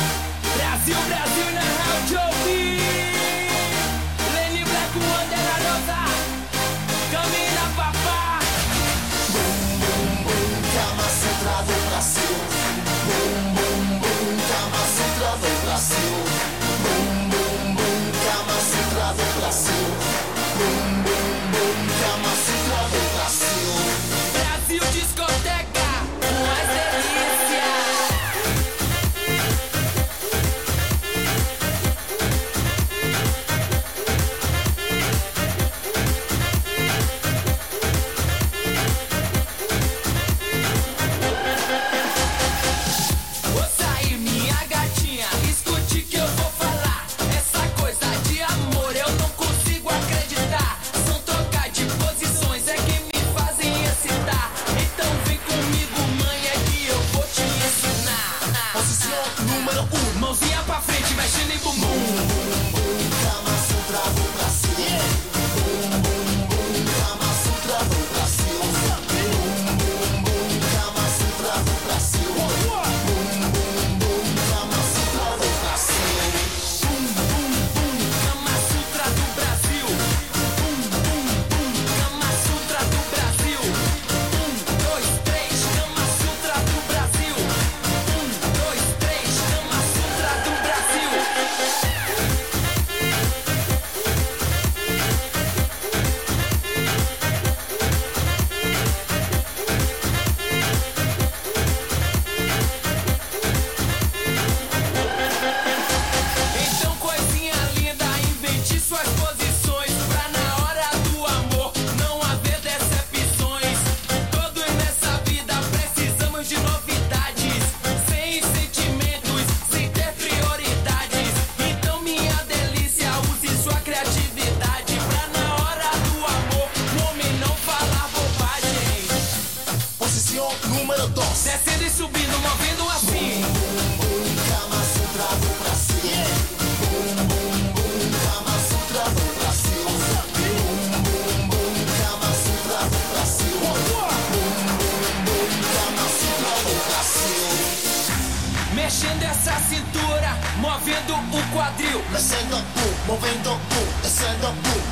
Mexendo essa cintura, movendo o quadril. Descendo, movendo, descendo,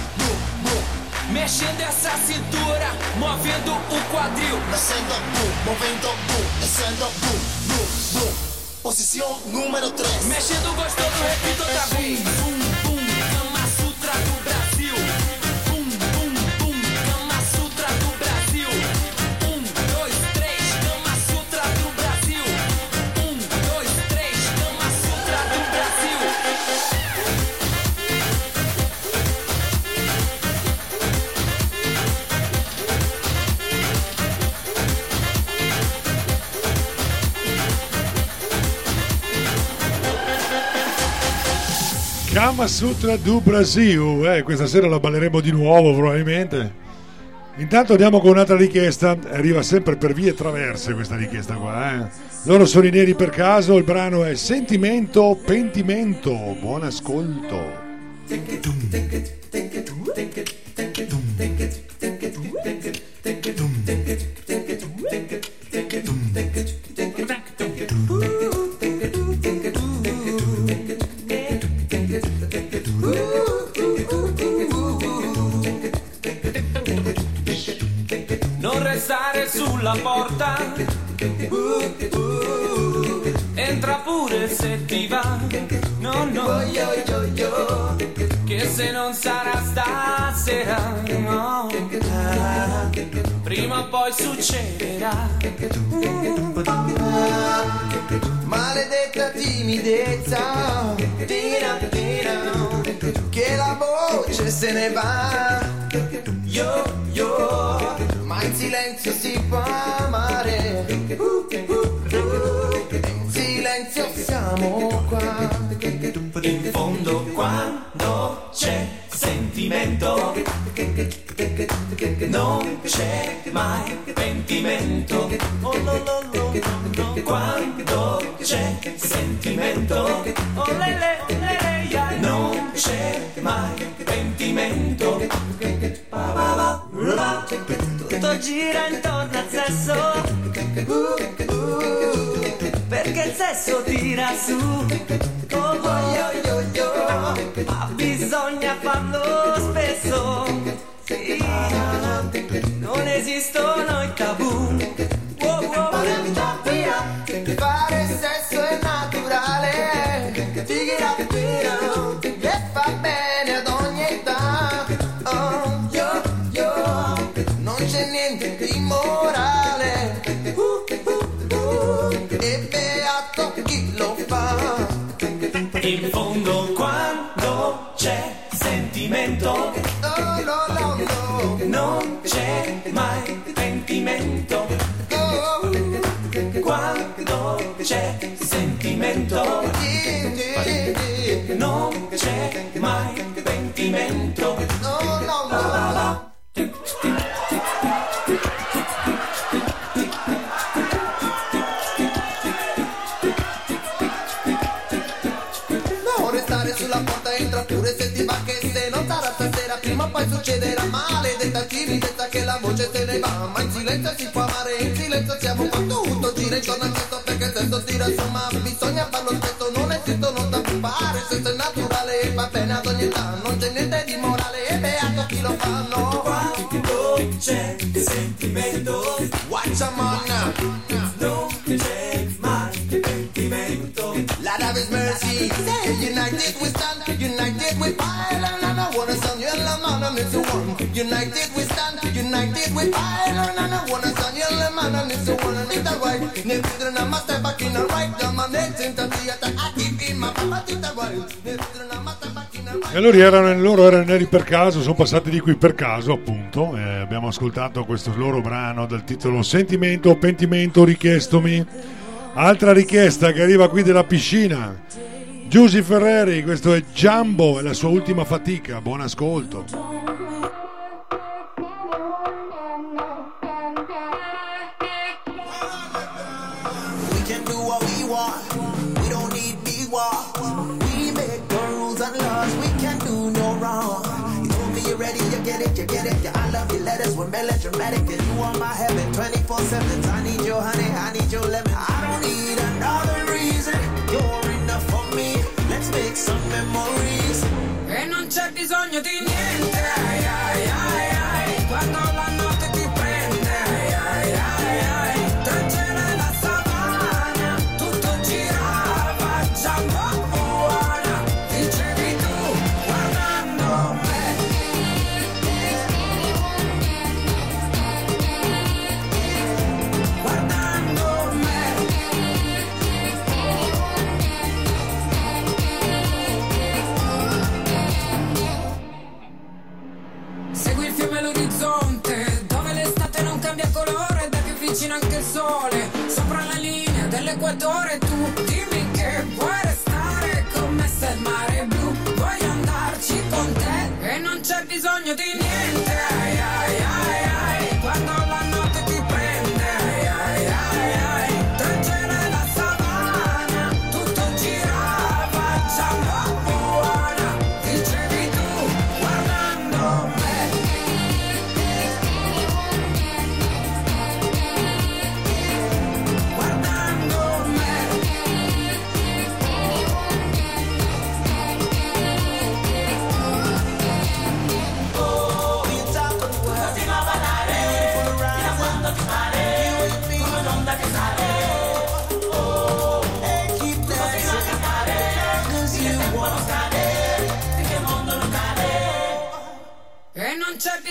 mexendo essa cintura, movendo o quadril. Descendo, movendo, descendo, posição número 3. Mexendo gostoso, repito outra vez. Bum, bum, Kama Sutra do Brasil. Bum, bum, bum, Kama Sutra do Brasil. 1, 2, 3, Kama Sutra do Brasil. 1, 2, 3, Kama Sutra do Brasil. Kama Sutra do Brasil, questa sera la balleremo di nuovo probabilmente. Intanto andiamo con un'altra richiesta, arriva sempre per vie traverse questa richiesta qua. Loro sono i Neri per caso, il brano è Sentimento, Pentimento, buon ascolto. pensare sulla porta. Entra pure se ti va. No, no, che se non sarà stasera, no, prima o poi succederà. Maledetta timidezza, tira, che la voce se ne va. Yo, ma in silenzio si può amare. In silenzio siamo qua. In fondo quando c'è sentimento non c'è mai pentimento. Oh, no, no, no, no. Quando c'è sentimento oh, lele, non c'è mai pentimento. Tutto gira intorno al sesso perché il sesso tira su. Ma bisogna farlo spesso, sì, non esistono i tabù. Fare sesso è naturale, e fa bene ad ogni età. Oh, non c'è niente di immorale, e beato chi lo fa. In fondo quando c'è sentimento non c'è mai pentimento. Quando c'è sentimento non c'è mai pentimento. Non restare sulla porta, entra pure se ti va, che se non sarà stasera prima o poi succederà. Maledetta timidezza che la voce se ne va, ma in silenzio si può amare, in silenzio siamo qua. Tutto gira intorno al sesso perché il sesso tira su, ma bisogna farlo spesso, non esistono tabù. Fare sesso è naturale e va bene ad ogni età, non c'è niente di morale e beato chi lo fa. No, quando c'è sentimento watch a man, non c'è mai pentimento. Lord of His mercy, united we stand, united we fight, and I wanna sound you la man and it's one. United we stand, united we fight, and I wanna sound you la man and it's one. And it's right, never na ma step back in the right, the man next into the attack. I keep in my papa it's right, never na ma step back in the right. E loro erano neri per caso, sono passati di qui per caso appunto, abbiamo ascoltato questo loro brano dal titolo Sentimento, Pentimento, richiestomi. Altra richiesta che arriva qui dalla piscina, Giusy Ferreri, questo è Jumbo, è la sua ultima fatica, buon ascolto. We can do what we want, we don't need big walls. We make the rules and laws, we can do no wrong. You told me you're ready, you get it, yeah, I love your letters, we're melodramatic. And you are my heaven, 24/7. I need your honey, I need your lemon. I don't need another reason, you're enough for me. Let's make some memories. E non c'è bisogno di niente, ai, ai, ai, ai. Quando la notte ti prende, ai, ai, ai, ai. Tra il cielo e la savana, tutto girava, già un po' buona. Dicevi tu, guardando me. Guardando me. Segui il fiume e l'orizzonte, dove l'estate non cambia colore ed è più vicino anche il sole. Sopra la linea dell'equatore tu dimmi che vuoi restare con me se il mare è blu. Voglio andarci con te e non c'è bisogno di niente, ai, ai, ai, ai. Quando la notte ti prende, ai, ai, ai, ai. Tra il cielo e la savana, tutto girava, già un po' buona. Dicevi tu, guardando me. Guardando me. Oh, you talk of the world,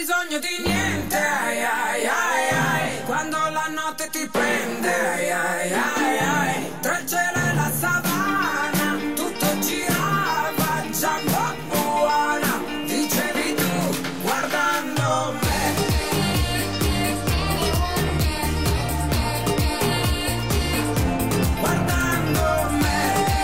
bisogno di niente, ai ai ai ai, quando la notte ti prende, ai ai ai ai, tra il cielo e la savana, tutto girava, giamba buona, dicevi tu, guardando me. Guardando me.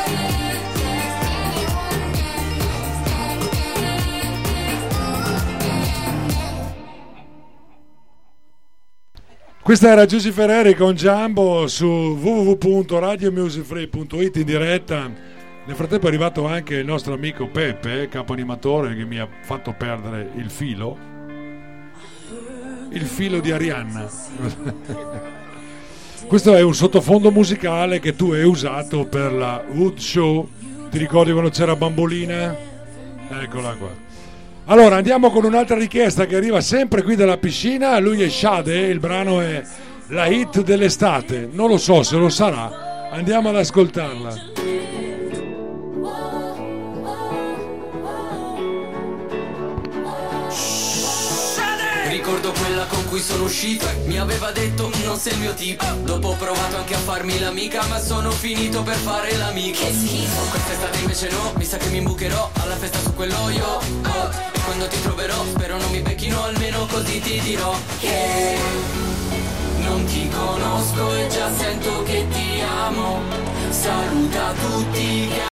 Questa era Giusy Ferreri con Jumbo su www.radiomusicfree.it in diretta. Nel frattempo è arrivato anche il nostro amico Peppe, capo animatore, che mi ha fatto perdere il filo di Arianna. Questo è un sottofondo musicale che tu hai usato per la Wood Show. Ti ricordi quando c'era Bambolina? Eccola qua. Allora andiamo con un'altra richiesta che arriva sempre qui dalla piscina. Lui è Shade, il brano è la hit dell'estate. Non lo so se lo sarà, andiamo ad ascoltarla. Ricordo quella con cui sono uscito e mi aveva detto non sei il mio tipo. Dopo ho provato anche a farmi l'amica, ma sono finito per fare l'amico. Che schifo. Quest'estate invece no, mi sa che mi imbucherò alla festa su quello io. E quando ti troverò spero non mi becchino, almeno così ti dirò che non ti conosco e già sento che ti amo. Saluta tutti che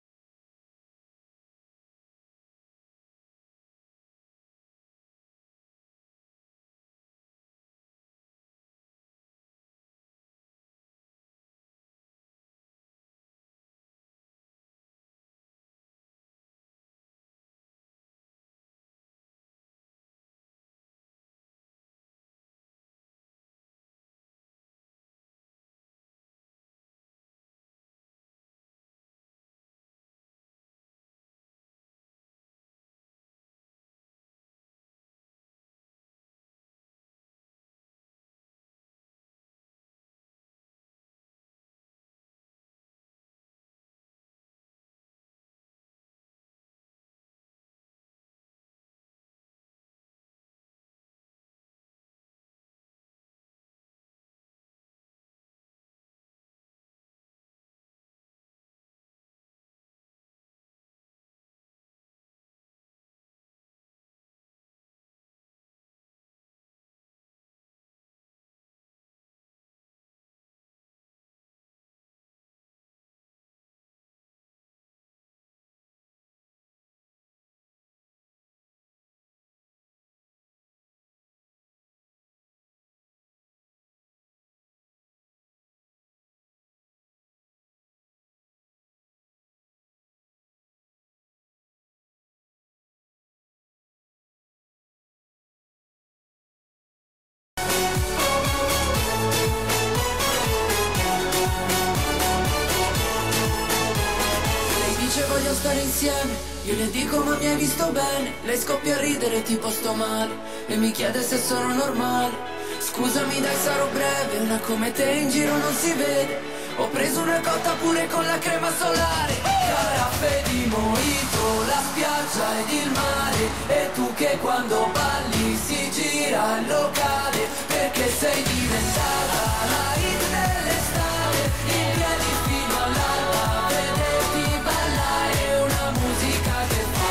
stare insieme, io le dico ma mi hai visto bene. Lei scoppia a ridere tipo sto male e mi chiede se sono normale. Scusami dai sarò breve, una come te in giro non si vede. Ho preso una cotta pure con la crema solare. Caraffe di mojito, la spiaggia ed il mare. E tu che quando balli si gira il locale. Perché sei diventata la hit dell'estate. In piedi fino all'alba, vederti ballare una musica che fa.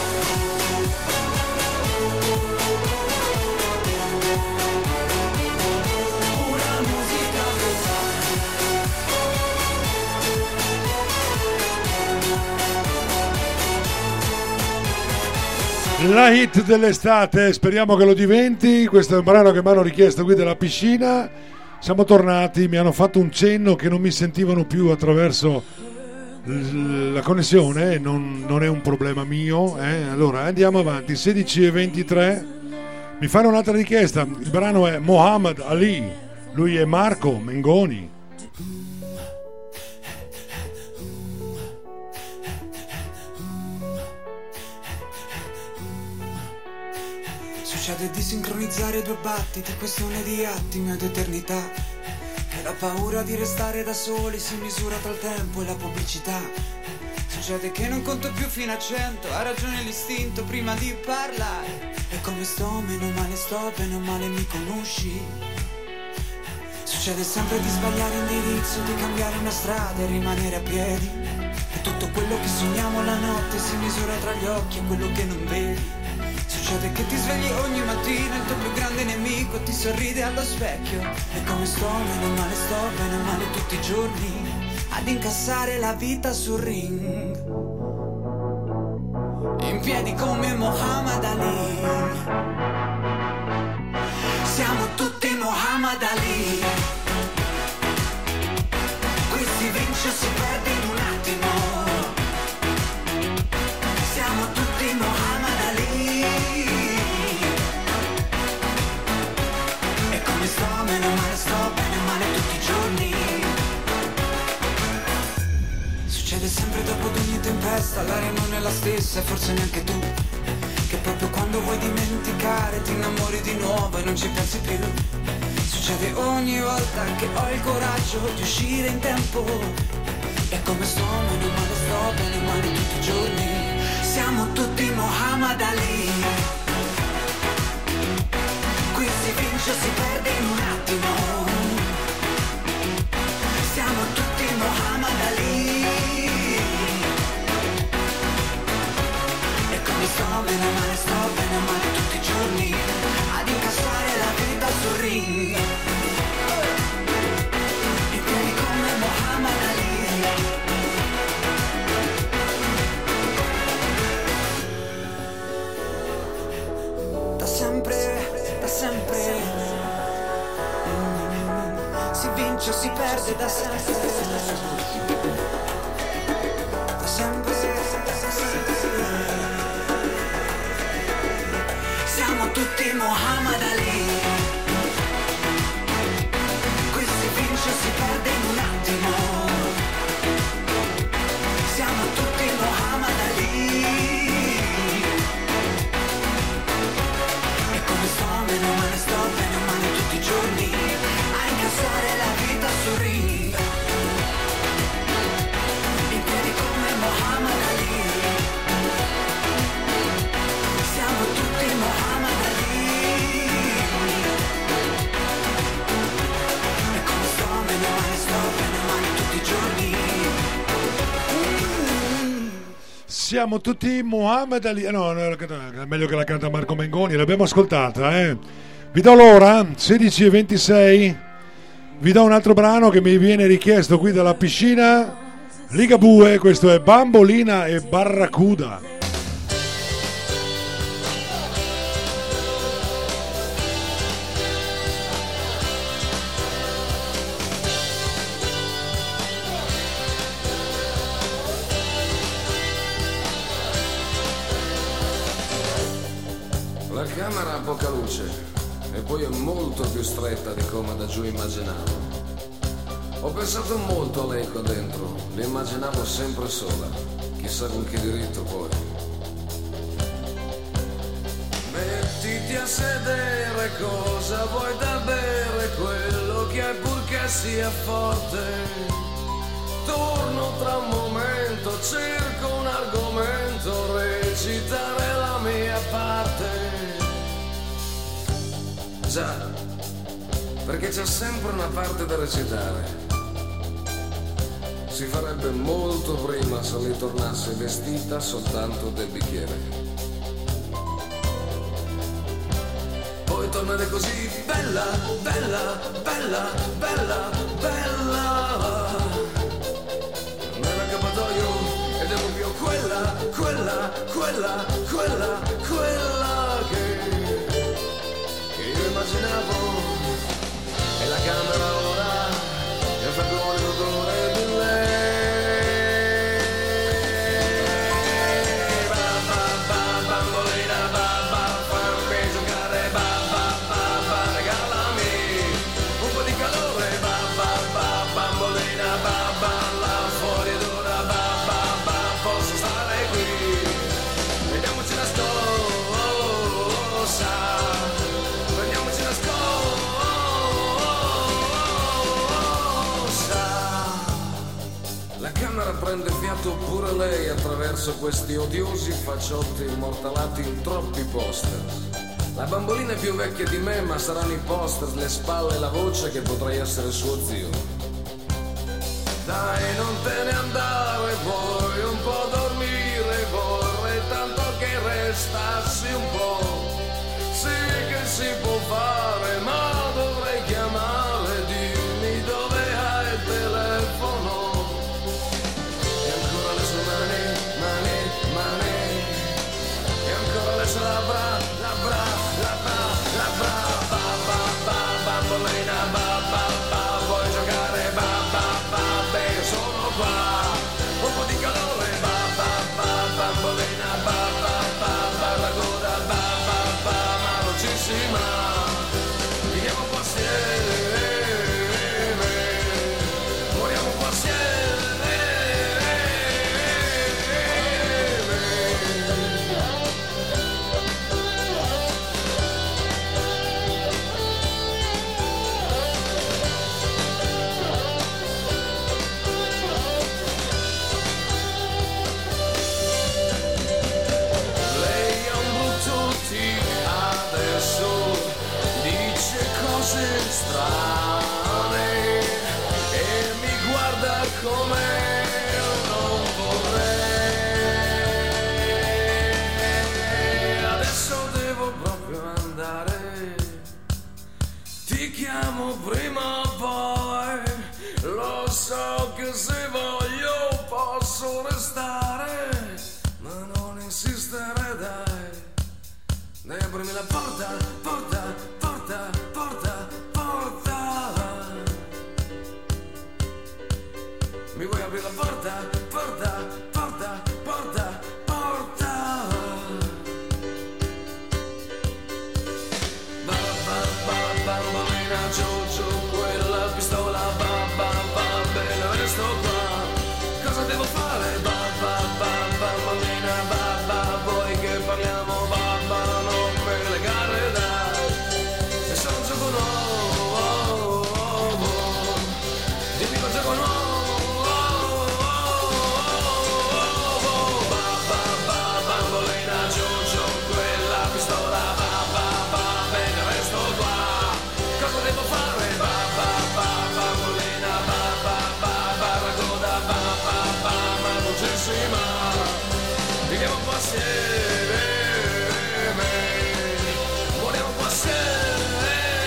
Una musica che fa. La hit dell'estate, speriamo che lo diventi. Questo è un brano che mi hanno richiesto qui della piscina. Siamo tornati, mi hanno fatto un cenno che non mi sentivano più attraverso la connessione, non è un problema mio, Allora andiamo avanti, 16:23. Mi fanno un'altra richiesta, il brano è Muhammad Ali, lui è Marco Mengoni. Succede di sincronizzare due battiti, questione di attimi ed eternità. E la paura di restare da soli si misura tra il tempo e la pubblicità. Succede che non conto più fino a 100, ha ragione l'istinto prima di parlare. E come sto, meno male mi conosci. Succede sempre di sbagliare indirizzo, di cambiare una strada e rimanere a piedi. E tutto quello che sogniamo la notte si misura tra gli occhi e quello che non vedi. Succede che ti svegli ogni mattina, il tuo più grande nemico ti sorride allo specchio. E come sto, bene o male tutti i giorni, ad incassare la vita sul ring. In piedi come Muhammad Ali. Siamo tutti Muhammad Ali. Qui si vince o si perde in un attimo. Siamo tutti Muhammad Ali. E come sto, bene o male tutti i giorni. Succede sempre dopo ad ogni tempesta, l'aria non è la stessa e forse neanche tu. Che proprio quando vuoi dimenticare ti innamori di nuovo e non ci pensi più. Succede ogni volta che ho il coraggio di uscire in tempo. E come sto, bene o male tutti i giorni. Siamo tutti Muhammad Ali. Qui si vince o si perde in un attimo. Siamo tutti Muhammad Ali. E come sto, bene o male tutti i giorni, ad incassare la vita sul ring. In piedi come Muhammad Ali. Da sempre si vince o si perde da sempre. Da sempre siamo tutti Muhammad Ali. Qui si vince o si perde in un attimo. Siamo tutti Muhammad Ali. E come sto, bene o male tutti i giorni, a incassare la vita sul ring. In piedi come Muhammad Ali. Siamo tutti Muhammad Ali. E come sto, bene o male tutti i giorni. Siamo tutti Muhammad Ali. No, è meglio che la canta Marco Mengoni, l'abbiamo ascoltata, Vi do l'ora, 16:26. Vi do un altro brano che mi viene richiesto qui dalla piscina Ligabue, questo è Bambolina e Barracuda. La camera ha poca luce e poi è molto più stretta di come da giù immaginavo. Ho pensato molto a lei qua dentro, le immaginavo sempre sola, chissà con che diritto poi. Mettiti a sedere, cosa vuoi da bere, quello che hai purché sia forte. Torno tra un momento, cerco un argomento, recitare la mia parte. Già, perché c'è sempre una parte da recitare. Si farebbe molto prima se lei tornasse vestita soltanto del bicchiere. Poi tornare così bella, bella, bella, bella, bella. Nell'accappatoio ed ero più quella che io immaginavo. E la camera ora è un fagone d'odore di lei. Bambolina, fammi giocare, regalami un po' di calore, bambolina, là fuori d'ora, posso stare qui, vediamoci la scossa, prendiamoci la scossa. La camera prende fiato pure lei attraverso questi odiosi facciotti immortalati in troppi poster. La bambolina è più vecchia di me, ma saranno i poster, le spalle e la voce che potrei essere suo zio. Dai, non te ne andare, vuoi un po' dormire, vorrei tanto che restassi un po'. Sì che si può fare, ma dovrei chiamare, dimmi dove hai il telefono. E ancora le sue mani, e ancora le sue labbra, bambolina, vuoi giocare, beh, sono qua, un po' di calore, bambolina, la coda, velocissima, viviamo un po' assieme, moriamo un po' assieme. Strane e mi guarda come non vorrei. Adesso devo proprio andare, ti chiamo prima o poi, lo so che se voglio posso restare, ma non insistere dai, aprimi la porta, porta. Mi vuoi aprire la porta? Bambolina, giù, quella pistola, bene, resto qua. Cosa devo fare? Bambolina, vuoi che parliamo? Non me legare, dai. Se sono un gioco nuovo, dimmi che gioco nuovo. Viviamo un po' assieme, moriamo un po' assieme.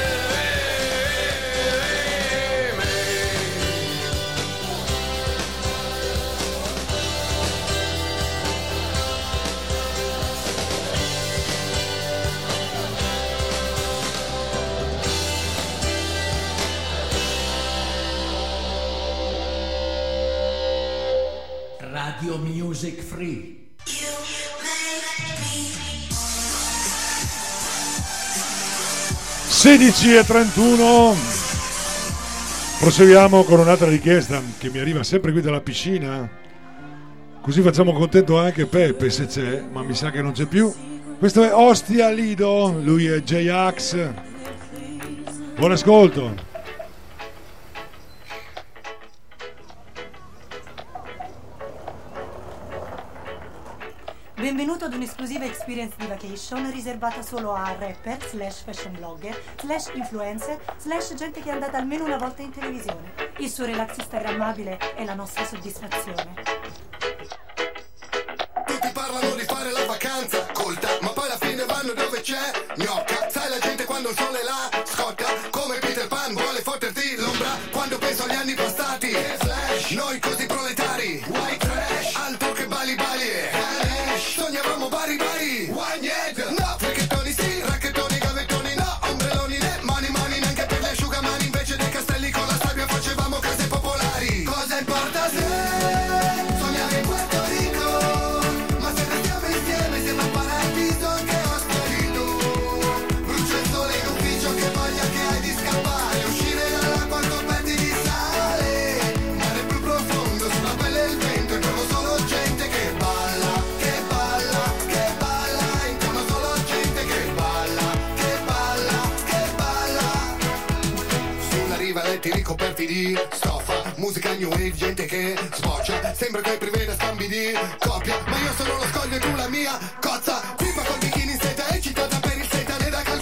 Radio Music Free. 16:31. Proseguiamo con un'altra richiesta che mi arriva sempre qui dalla piscina, così facciamo contento anche Peppe se c'è, ma mi sa che non c'è più. Questo è Ostia Lido, lui è J-Ax. Buon ascolto. Benvenuto ad un'esclusiva experience di vacation riservata solo a rapper, /fashion blogger, /influencer, /gente che è andata almeno una volta in televisione. Il suo relax instagrammabile è la nostra soddisfazione. Tutti parlano di fare la vacanza, colta, ma poi alla fine vanno dove c'è gnocca. Sai la gente quando il sole la scotta, come Peter Pan vuole fotterti l'ombra quando penso agli anni passati. Noi così proletari, white trash, altro che bali bali. Sognavamo bari bari, no, fricchettoni sì, racchettoni, gavettoni no, ombrelloni né, mani neanche per le asciugamani, invece dei castelli con la sabbia facevamo case popolari. Cosa importa se sogniamo in Puerto Rico, ma se restiamo insieme sembra un paradiso anche ospedito. Brucia il sole in ufficio, che voglia che hai di scappare, uscire dall'acqua coperti di sale, mare più profondo sulla pelle il vento, e trovo solo gente che balla. Letti ricoperti di stoffa, musica new wave, gente che sboccia, sembra che preveda scambi di coppia, ma io sono lo scoglio e tu la mia cozza, pipa col bikini in seta, eccitata per il seta, ne da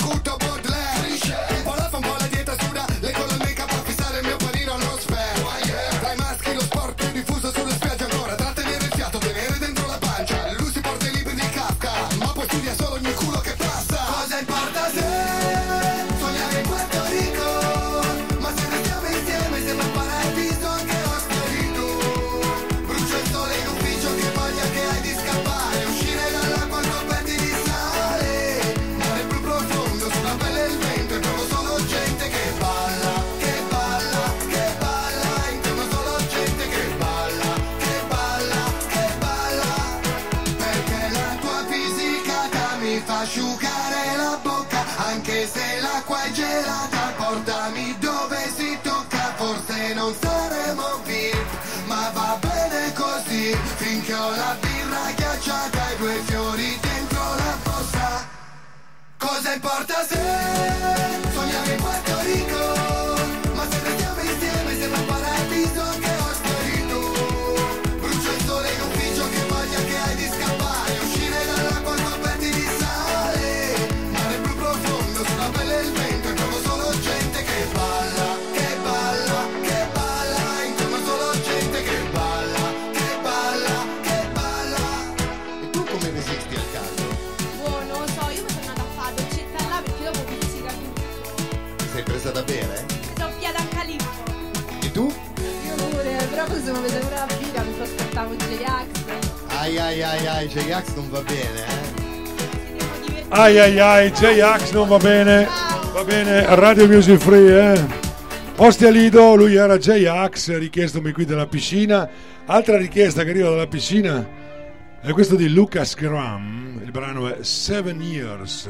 asciugare la bocca, anche se l'acqua è gelata, portami dove si tocca, forse non saremo VIP, ma va bene così, finché ho la birra ghiacciata e 2 fiori dentro la borsa. Cosa importa se sogniamo in Puerto Rico, ma se restiamo insieme sembra un paradiso che ho sparito. Brucio il sole in ufficio, che voglia che hai di scappare, uscire dall'acqua coperti di sale, mare blu profondo sulla pelle e il vento, e trovo solo gente che balla, che balla, che balla, intorno solo gente che balla, che balla, che balla. E tu come resisti al caldo? Boh, non lo so, io mi sono andata a fare docetta là perché dopo pizzica tutto. Ti sei presa da bere? Soffiata a Calippo. E tu? Io pure, però poi se mi vedevo una birra mi aspettavo J-Ax. Ai, J-Ax non va bene, eh? Ai, J-Ax non va bene. Va bene, Radio Music Free, Ostia Lido, lui era J-Ax, richiestomi qui dalla piscina. Altra richiesta che arriva dalla piscina è questo di Lucas Graham. Il brano è 7 Years.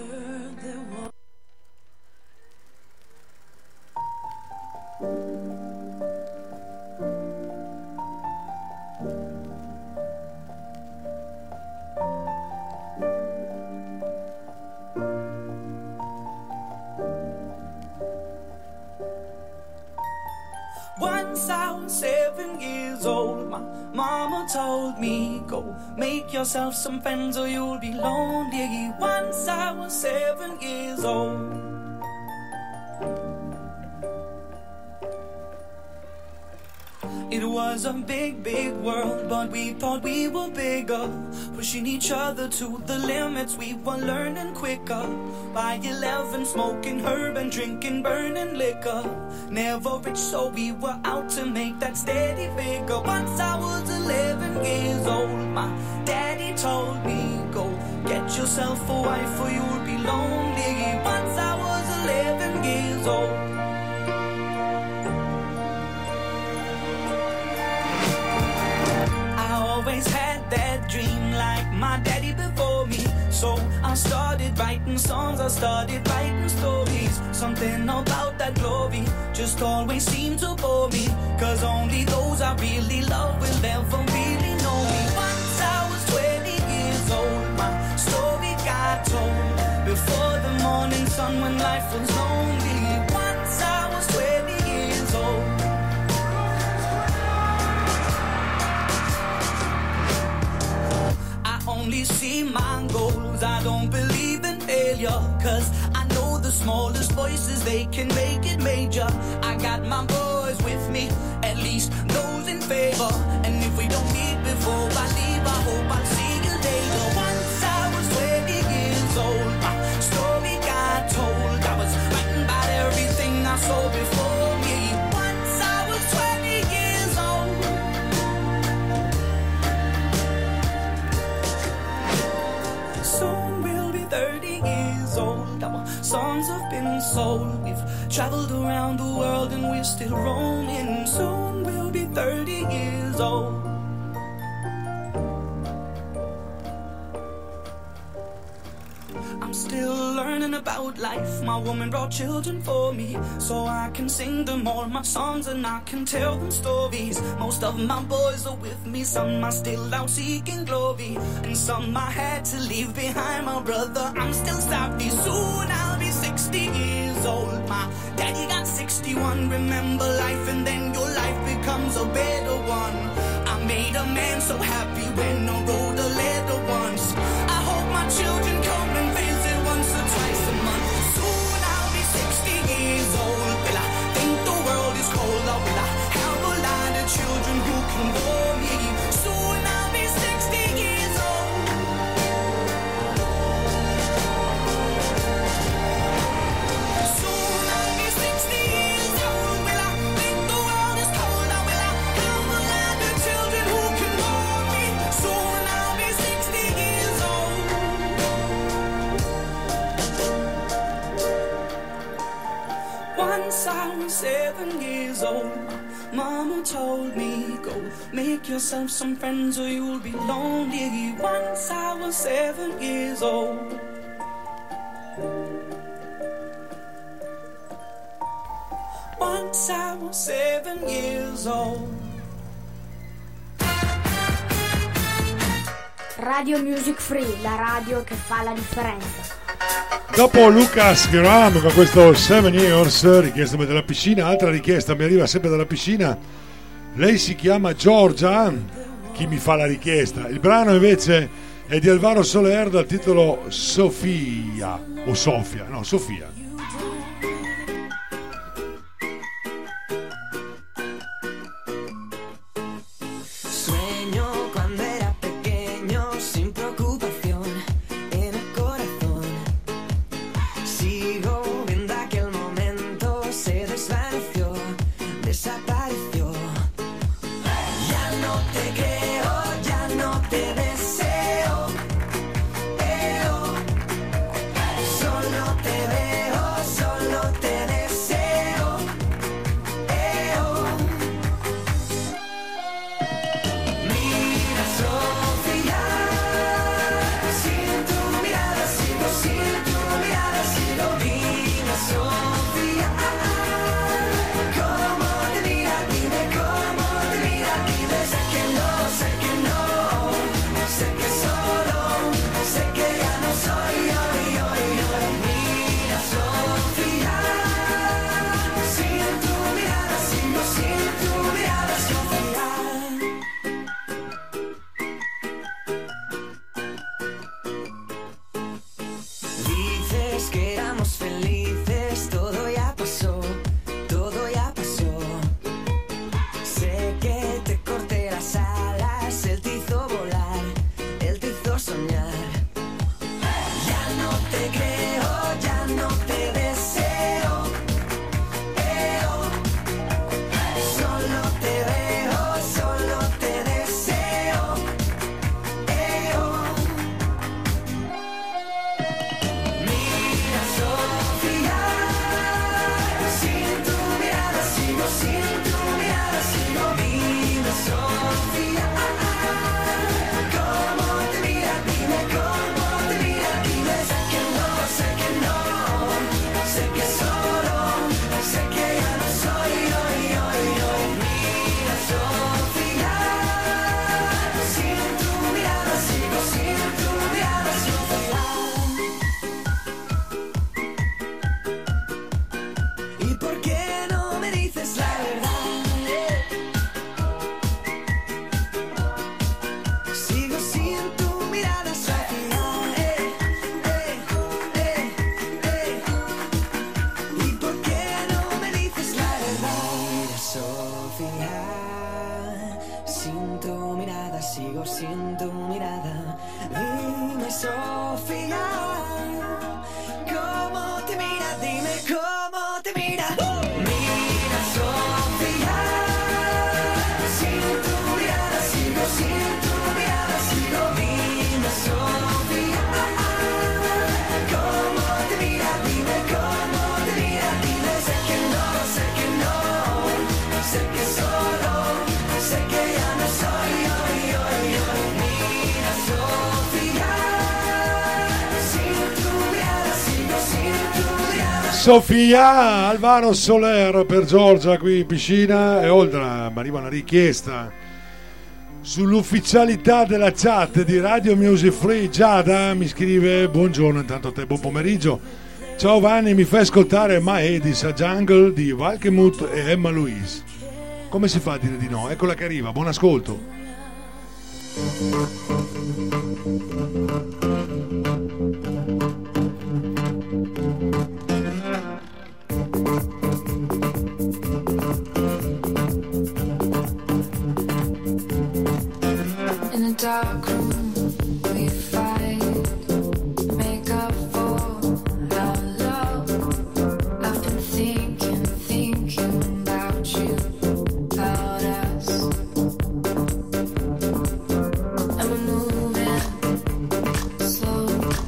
Once I was 7 years old, my mama told me, go make yourself some friends or you'll be lonely. Once I was 7 years old. It was a big, big world, but we thought we were bigger, pushing each other to the limits. We were learning quicker. By 11, smoking herb and drinking burning liquor. Never rich, so we were out to make that steady figure. Once I was 11 years old, my daddy told me, go get yourself a wife or you'll be lonely. Once I was 11 years old. Always had that dream like my daddy before me. So I started writing songs, I started writing stories. Something about that glory just always seemed to bore me, cause only those I really love will ever really know me. Once I was 20 years old, my story got told before the morning sun when life was lonely. Once I was 20 years old. Only see my goals, I don't believe in failure, cause I know the smallest voices, they can make it major. I got my boys with me, at least those in favor, and if we don't meet before I leave, I hope I'll see you later. Once I was 20 years old, my story got told. I was writing about everything I saw before me. Once I was 20 years old. Soon we'll be 30 years old. Our songs have been sold. We've traveled around the world and we're still roaming. Soon we'll be 30 years old. I'm still learning about life. My woman brought children for me, so I can sing them all my songs and I can tell them stories. Most of my boys are with me, some are still out seeking glory, and some I had to leave behind. My brother, I'm still sorry. Soon I'll be 60 years old. My daddy got 61. Remember life and then your life becomes a better one. I made a man so happy when I wrote a letter once. I hope my children come and visit once or twice a month. Soon I'll be 60 years old. Will I think the world is cold, or will I have a lot of children who can warm me? Soon I'll be 60 years old. Soon I'll be 60 years old. Will I think the world is cold, or will I have a lot of children who can warm me? Soon I'll be 60 years old. Once I was 7 years old, my mama told me, go make yourself some friends or you'll be lonely. Once I was 7 years old. Once I was 7 years old. Radio Music Free, la radio che fa la differenza. Dopo Lucas Graham con questo 7 Years, richiesta dalla piscina, altra richiesta mi arriva sempre dalla piscina. Lei si chiama Giorgia, chi mi fa la richiesta. Il brano invece è di Alvaro Soler dal titolo Sofia o Sofia, no, Sofia. Sueño cuando era pequeño sin preocupación en el corazón. Sigo viendo aquel momento, se desvaneció, desapareció. Ya no te creo, ya no te deseo. Solo te veo, solo te deseo. Mira Sofía, sin tu mirada sigo, sin tu mirada sigo. Mira Sofía, cómo te mira, dime cómo te mira, dime. Sé que no, sé que no, sé que solo, sé que ya no soy yo. Mira Sofía, sin tu mirada sigo, sin tu mirada Sofía. Dices que éramos felices, todo ya pasó, todo ya pasó. Sé que te corté las alas, él te hizo volar, él te hizo soñar. Ya no te creo, ya no te deseo. Solo te veo, solo te deseo. Mira Sofía, sin tu mirada sigo, sin tu mirada sigo. Mira Sofía, cómo te mira, dime cómo te mira, dime. Sé que no, sé que no, sé que solo, sé que ya no soy yo. Mira Sofía, sin tu mirada sigo, sin tu mirada Sofía. ¿Y por qué no me dices la verdad? Sigo sin tu mirada, Sofía. ¿Y por qué no me dices la verdad? Mira, Sofía, sin tu mirada, sigo sin tu mirada. Dime, Sofía, ¿cómo te mira? Dime cómo te mira. Mira, Sofía, sin tu mirada sigo, sin tu mirada sigo. Mira, Sofía, ¿cómo te mira? Dime cómo te mira, dime. Sé que no, sé que no, sé que solo, sé que ya no soy yo. Mira Sofía, sin tu mirada sigo, sin tu mirada. Sofia, Alvaro Soler per Giorgia qui in piscina. E oltre mi arriva una richiesta sull'ufficialità della chat di Radio Music Free. Giada mi scrive: buongiorno, intanto a te buon pomeriggio. Ciao Vanni, mi fai ascoltare My Edis a Jungle di Valkemuth e Emma Louise. Come si fa a dire di no? Eccola che arriva, buon ascolto. In a dark room we fight, make up for our love. I've been thinking about you, about us. And we're moving slow.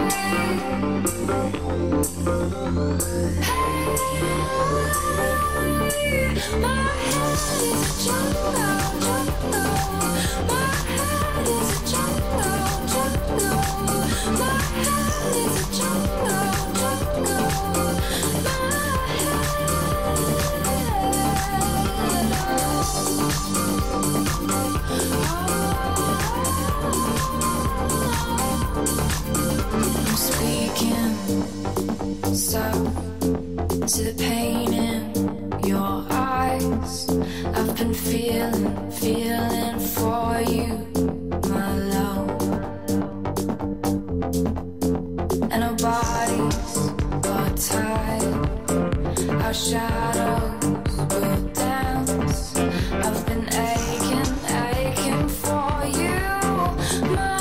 I'm speaking so to the pain in your eyes. I've been feeling for you, my love. And our bodies are tied, our shadows will dance. I've been aching for you, my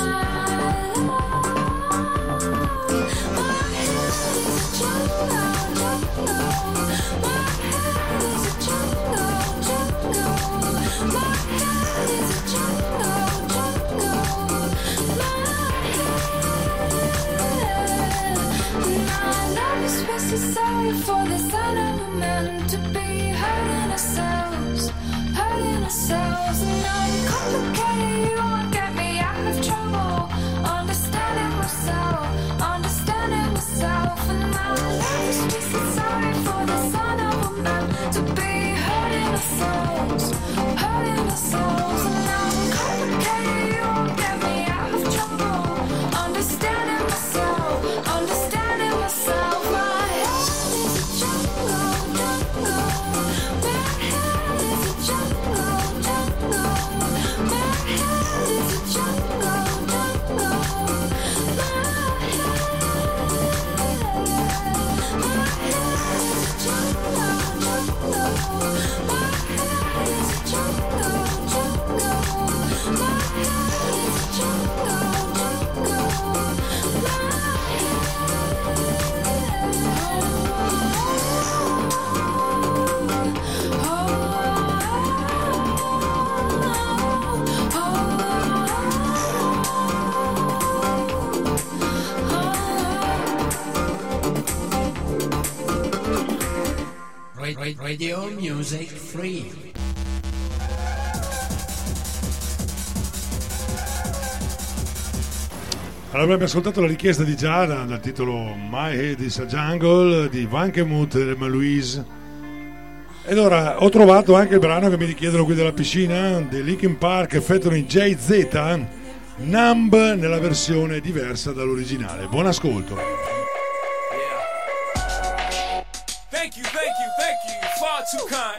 sorry for the sign of a man to be hurting ourselves, and I'm complicated. You won't get me out of trouble. Understanding myself, and my love is just sorry for the sign of a man to be hurting ourselves, and I'm complicated. You won't get me out of trouble. Understanding myself, Radio Music Free. Allora abbiamo ascoltato la richiesta di Giada dal titolo My Head is a Jungle di Vankemuth e Louise. Ed ora ho trovato anche il brano che mi richiedono qui dalla piscina, di Linkin Park, featuring JZ, Numb nella versione diversa dall'originale. Buon ascolto. Thank you, far too kind.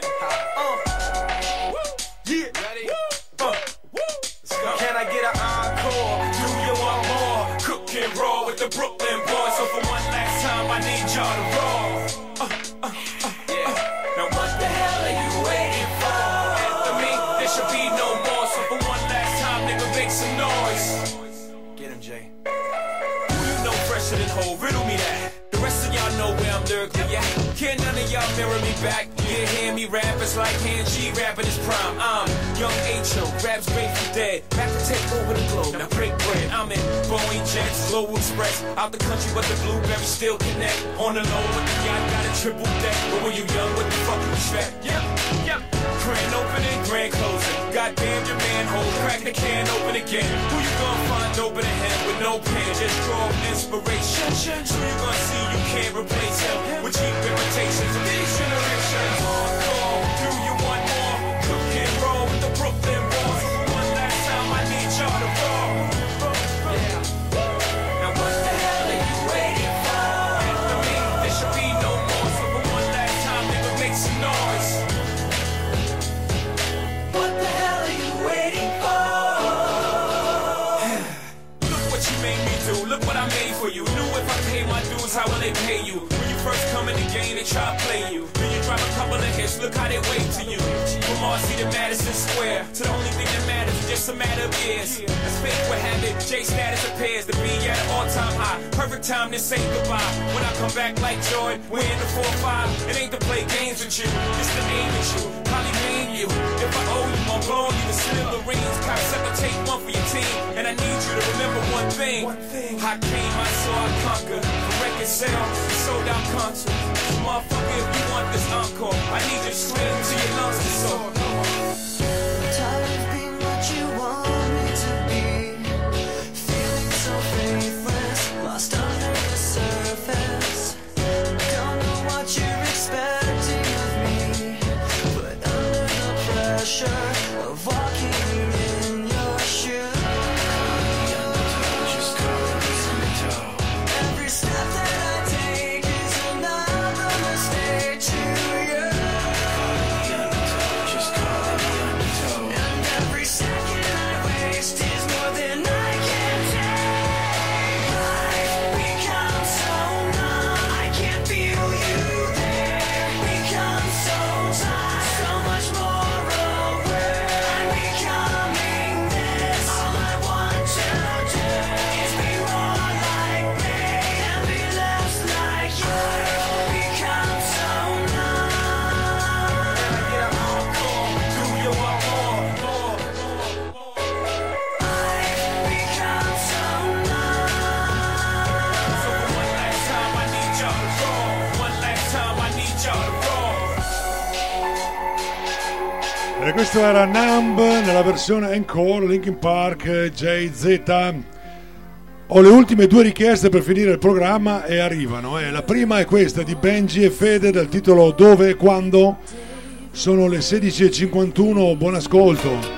Yeah. Ready? Can I get an encore? Do you want more? Cook and roll with the Brooklyn boys. So for one last time, I need y'all to roll. Now what the hell are you waiting for? After me, there should be no more. So for one last time, nigga, make some noise. Get him, Jay. Who you know fresher than Ho? Riddle me that. The rest of y'all know where I'm lyrically at. Can't none of y'all mirror me back. You hear me rap, it's like Han G rapping his prime. I'm Young H.O., raps Grateful Dead. Back to take over the globe, now break bread. I'm in Boeing Jets, Global Express. Out the country, but the blueberries still connect. On the low, with the yacht, got a triple deck. But when you young, what the fuck you expect? Yep. Grand opening, grand closing. Goddamn your manhole, crack the can open again. Who you gonna find open a hand with no pen? Just draw inspiration. So you gonna see you can't replace him with cheap imitations of these generations. Hardcore, do you want more? Cook and roll with the Brooklyn boys. One last time, I need y'all to roll. Now what the hell are you waiting for? After me, there should be no more. So for one last time, nigga, make some noise. What the hell are you waiting for? Look what you made me do. Look what I made for you. Knew if I pay my dues, how will they pay you? When you first come in the game, they try to play you. Then you drop a couple of hits, look how they wait to you. From Marcy to Madison Square, to the only thing that matters is just a matter of years. As fate would have it, J status appears to be at an all-time high. Every time they say goodbye, when I come back like joy, we're in the 4-5. It ain't to play games with you, it's to aim at you, probably name you. If I owe you, I'm blowing you the smithereens. Cocksucker, take one for your team, and I need you to remember one thing. I came, I saw, I conquered. The record sales, sold out concert. Motherfucker, if you want this encore, I need you to scream to your lungs to soar. Tired of being what you want me to be, feeling so faithless, lost under the surface. Don't know what you're expecting of me, but under the pressure of walking in your shoes, every step that I take is another mistake to you. And every second I waste is more than I can take. I've become so numb, I can't feel you there. Become so tired, so much more aware. I'm becoming this. All I want to do is be more like me and be less like you. I've become so numb. Do you want more? I've become so So for one last time, I need y'all to roll. One last time, I need y'all to roll. E questo era Numb nella versione Encore, Linkin Park, Jay-Z. Ho le ultime due richieste per finire il programma e arrivano. La prima è questa di Benji e Fede dal titolo Dove e Quando. Sono le 16:51, buon ascolto.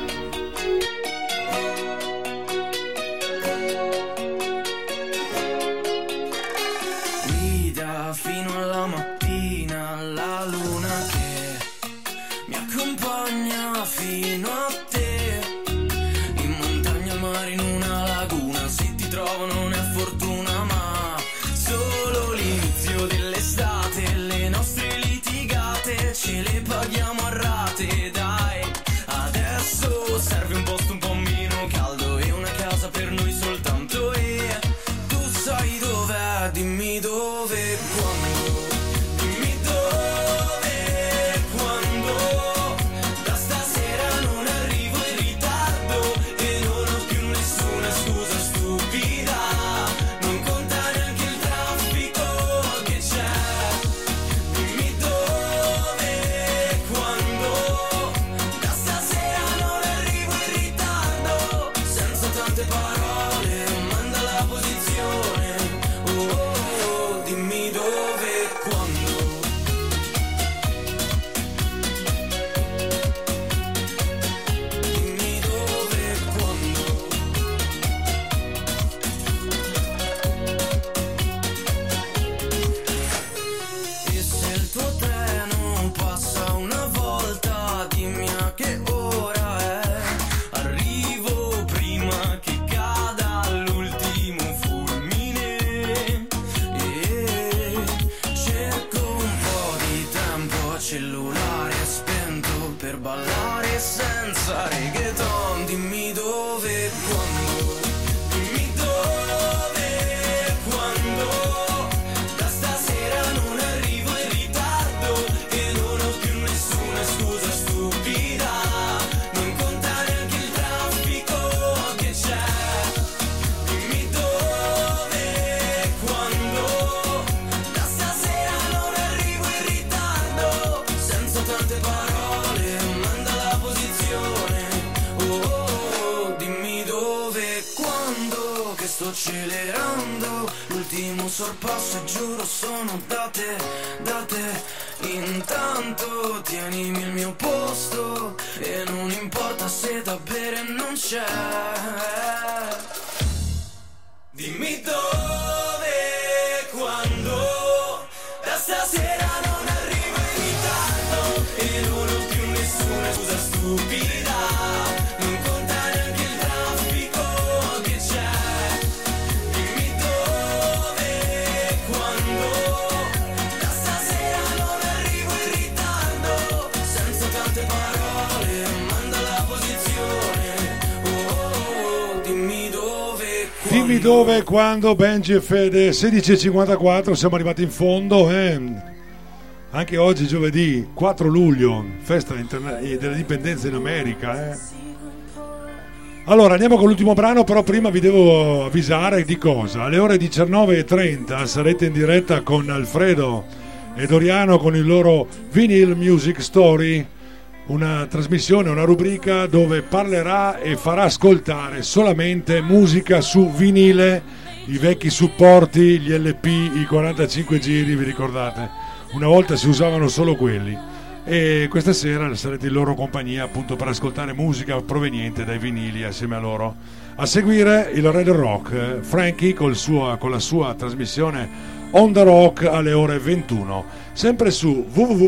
guida fino alla mattina, la luna che mi accompagna fino a te, in montagna, al mare, in una laguna. Se ti trovo non è fortuna ma solo l'inizio dell'estate. Le nostre litigate ce le paghiamo a rate, dai. Adesso serve un posto un po' meno caldo e una casa per noi soltanto, e tu sai dov'è, dimmi dove e quando. Dimmi dove e quando. Da stasera non arrivo in ritardo e non ho più nessuna scusa stupida. Non conta neanche il traffico che c'è. Dimmi dove e quando. Da stasera non arrivo in ritardo. Senza tante parole, manda la posizione. Oh, oh, oh, dimmi dove e quando. Dimmi dove e quando. E se il tuo treno passa una volta, dimmi a che ora è. Arrivo prima che cada l'ultimo fulmine. E cerco un po' di tempo, cellulare spento, per ballare senza reggaeton. Dimmi dove e quando. Dimmi dove e quando. Da stasera non arrivo in ritardo e non ho più nessuna scusa stupida. Non conta neanche il traffico che c'è. Dimmi dove e quando. Da stasera non arrivo in ritardo. Senza tante parole, manda la posizione. Oh, oh, oh, dimmi dove e quando. Che sto accelerando, l'ultimo sorpasso e giuro sono date, date. Intanto tienimi il mio posto e non importa se da bere non c'è. Dimmi dove e quando. Da stasera non arrivo in ritardo e non ho più nessuna scusa stupida. Non conta neanche il traffico che c'è. Dimmi dove e quando. Da stasera non arrivo in ritardo. Senza tante parole, manda la posizione. Oh, oh, oh, dimmi dove e quando. Dimmi dove, quando, Benji e Fede. 16:54, siamo arrivati in fondo. Anche oggi, giovedì 4 luglio, festa dell'indipendenza in America. Allora, andiamo con l'ultimo brano, però prima vi devo avvisare di cosa. Alle ore 19:30 sarete in diretta con Alfredo e Doriano con il loro Vinyl Music Story, una trasmissione, una rubrica dove parlerà e farà ascoltare solamente musica su vinile, i vecchi supporti, gli LP, i 45 giri, vi ricordate? Una volta si usavano solo quelli, e questa sera sarete in loro compagnia appunto per ascoltare musica proveniente dai vinili assieme a loro. A seguire il Radio Rock, Frankie con la sua trasmissione On The Rock alle ore 21, sempre su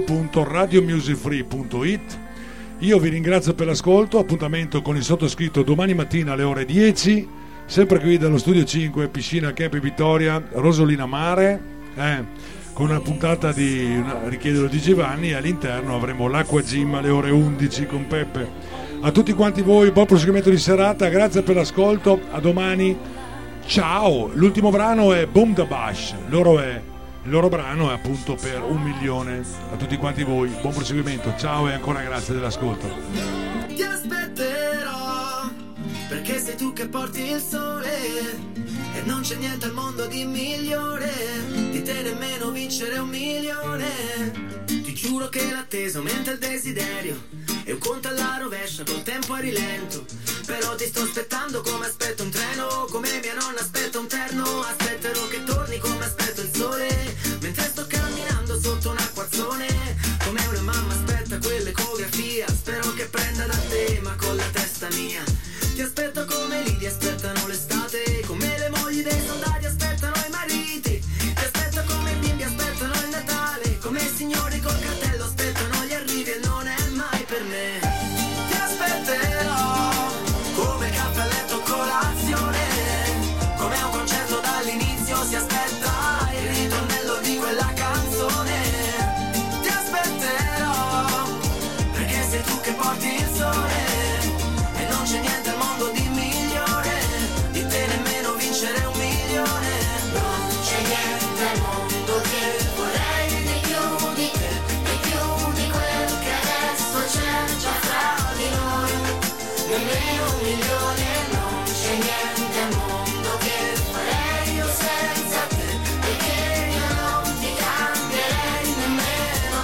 www.radiomusicfree.it. Io vi ringrazio per l'ascolto, appuntamento con il sottoscritto domani mattina alle ore 10, sempre qui dallo Studio 5, Piscina Campi Vittoria, Rosolina Mare, con una puntata di Richiedelo di Giovanni, e all'interno avremo l'Acqua Gym alle ore 11 con Peppe. A tutti quanti voi buon proseguimento di serata, grazie per l'ascolto, a domani, ciao. L'ultimo brano è Boom the Bash, il loro brano è appunto per 1 milione. A tutti quanti voi buon proseguimento, ciao e ancora grazie dell'ascolto. Ti aspetterò, perché sei tu che porti il sole e non c'è niente al mondo di migliore di te, nemmeno vincere 1 milione. Ti giuro che l'attesa aumenta il desiderio, e un conto alla rovescia col tempo a rilento. Però ti sto aspettando come aspetto un treno, come mia nonna aspetta un terno. Aspetterò che torni come aspetto il sole, mentre sto camminando sotto un acquazzone, come una mamma aspetta quell'ecografia. Spero che prenda da te ma con la testa mia. Ti aspetto come lì aspettano l'estate, come le mogli dei soldati aspettano i mariti. Ti aspetto come i bimbi aspettano il Natale, come i signori col cartello aspettano gli arrivi, e non è mai per me. Ti aspetterò come caffè a letto colazione, come un concerto dall'inizio si aspetta il ritornello di quella canzone. Ti aspetterò perché sei tu che porti il sole e non c'è niente al mondo di migliore di te, nemmeno vincere 1 milione. Non c'è niente al mondo che vorrei di più di te, di più di quel che adesso c'è già fra di noi, nemmeno 1 milione. Non c'è niente al mondo che farei io senza te, perché io non ti cambierei nemmeno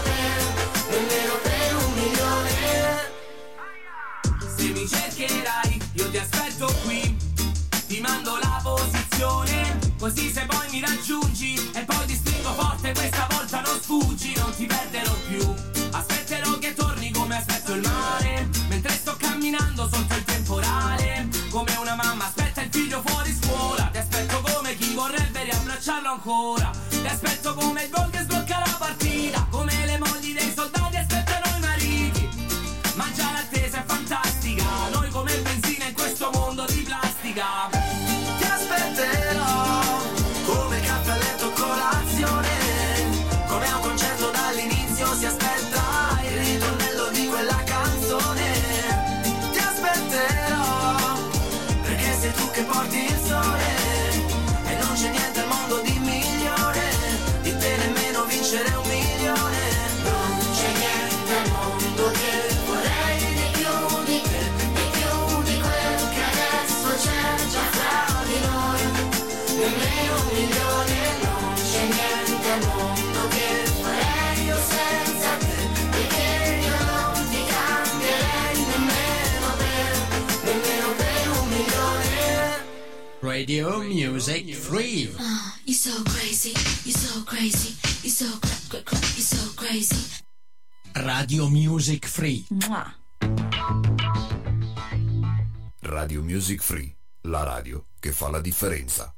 per 1 milione. Se mi cercherai, io ti aspetto qui, ti mando la posizione, così se poi mi raggiungi e poi ti stringo forte, questa volta non sfuggi, non ti perderò più. Aspetterò che torni come aspetto il mare, mentre sto camminando sotto il temporale, come una mamma aspetta il figlio fuori scuola. Ti aspetto come chi vorrebbe riabbracciarlo ancora, ti aspetto come il gol che sblocca la partita, come le mogli dei soldati aspettano i mariti. Ma già l'attesa è fantastica, noi come benzina in questo mondo di plastica. Ti aspetterò come caffè a letto colazione, come a un concerto dall'inizio si aspetta il ritornello di quella canzone. Ti aspetterò perché sei tu che porti il sole e non c'è niente al mondo di migliore di te, nemmeno vincere 1 milione. Non c'è niente al mondo che vorrei di più di te, di più di quel che adesso c'è già fra di noi, nemmeno 1 milione. Non c'è niente al mondo che farei io senza te, perché io non ti cambierei nemmeno per 1 milione. Radio Music Free. You're so crazy, you're so crazy, you're so you're so crazy. Radio Music Free. Radio Music Free, la radio che fa la differenza.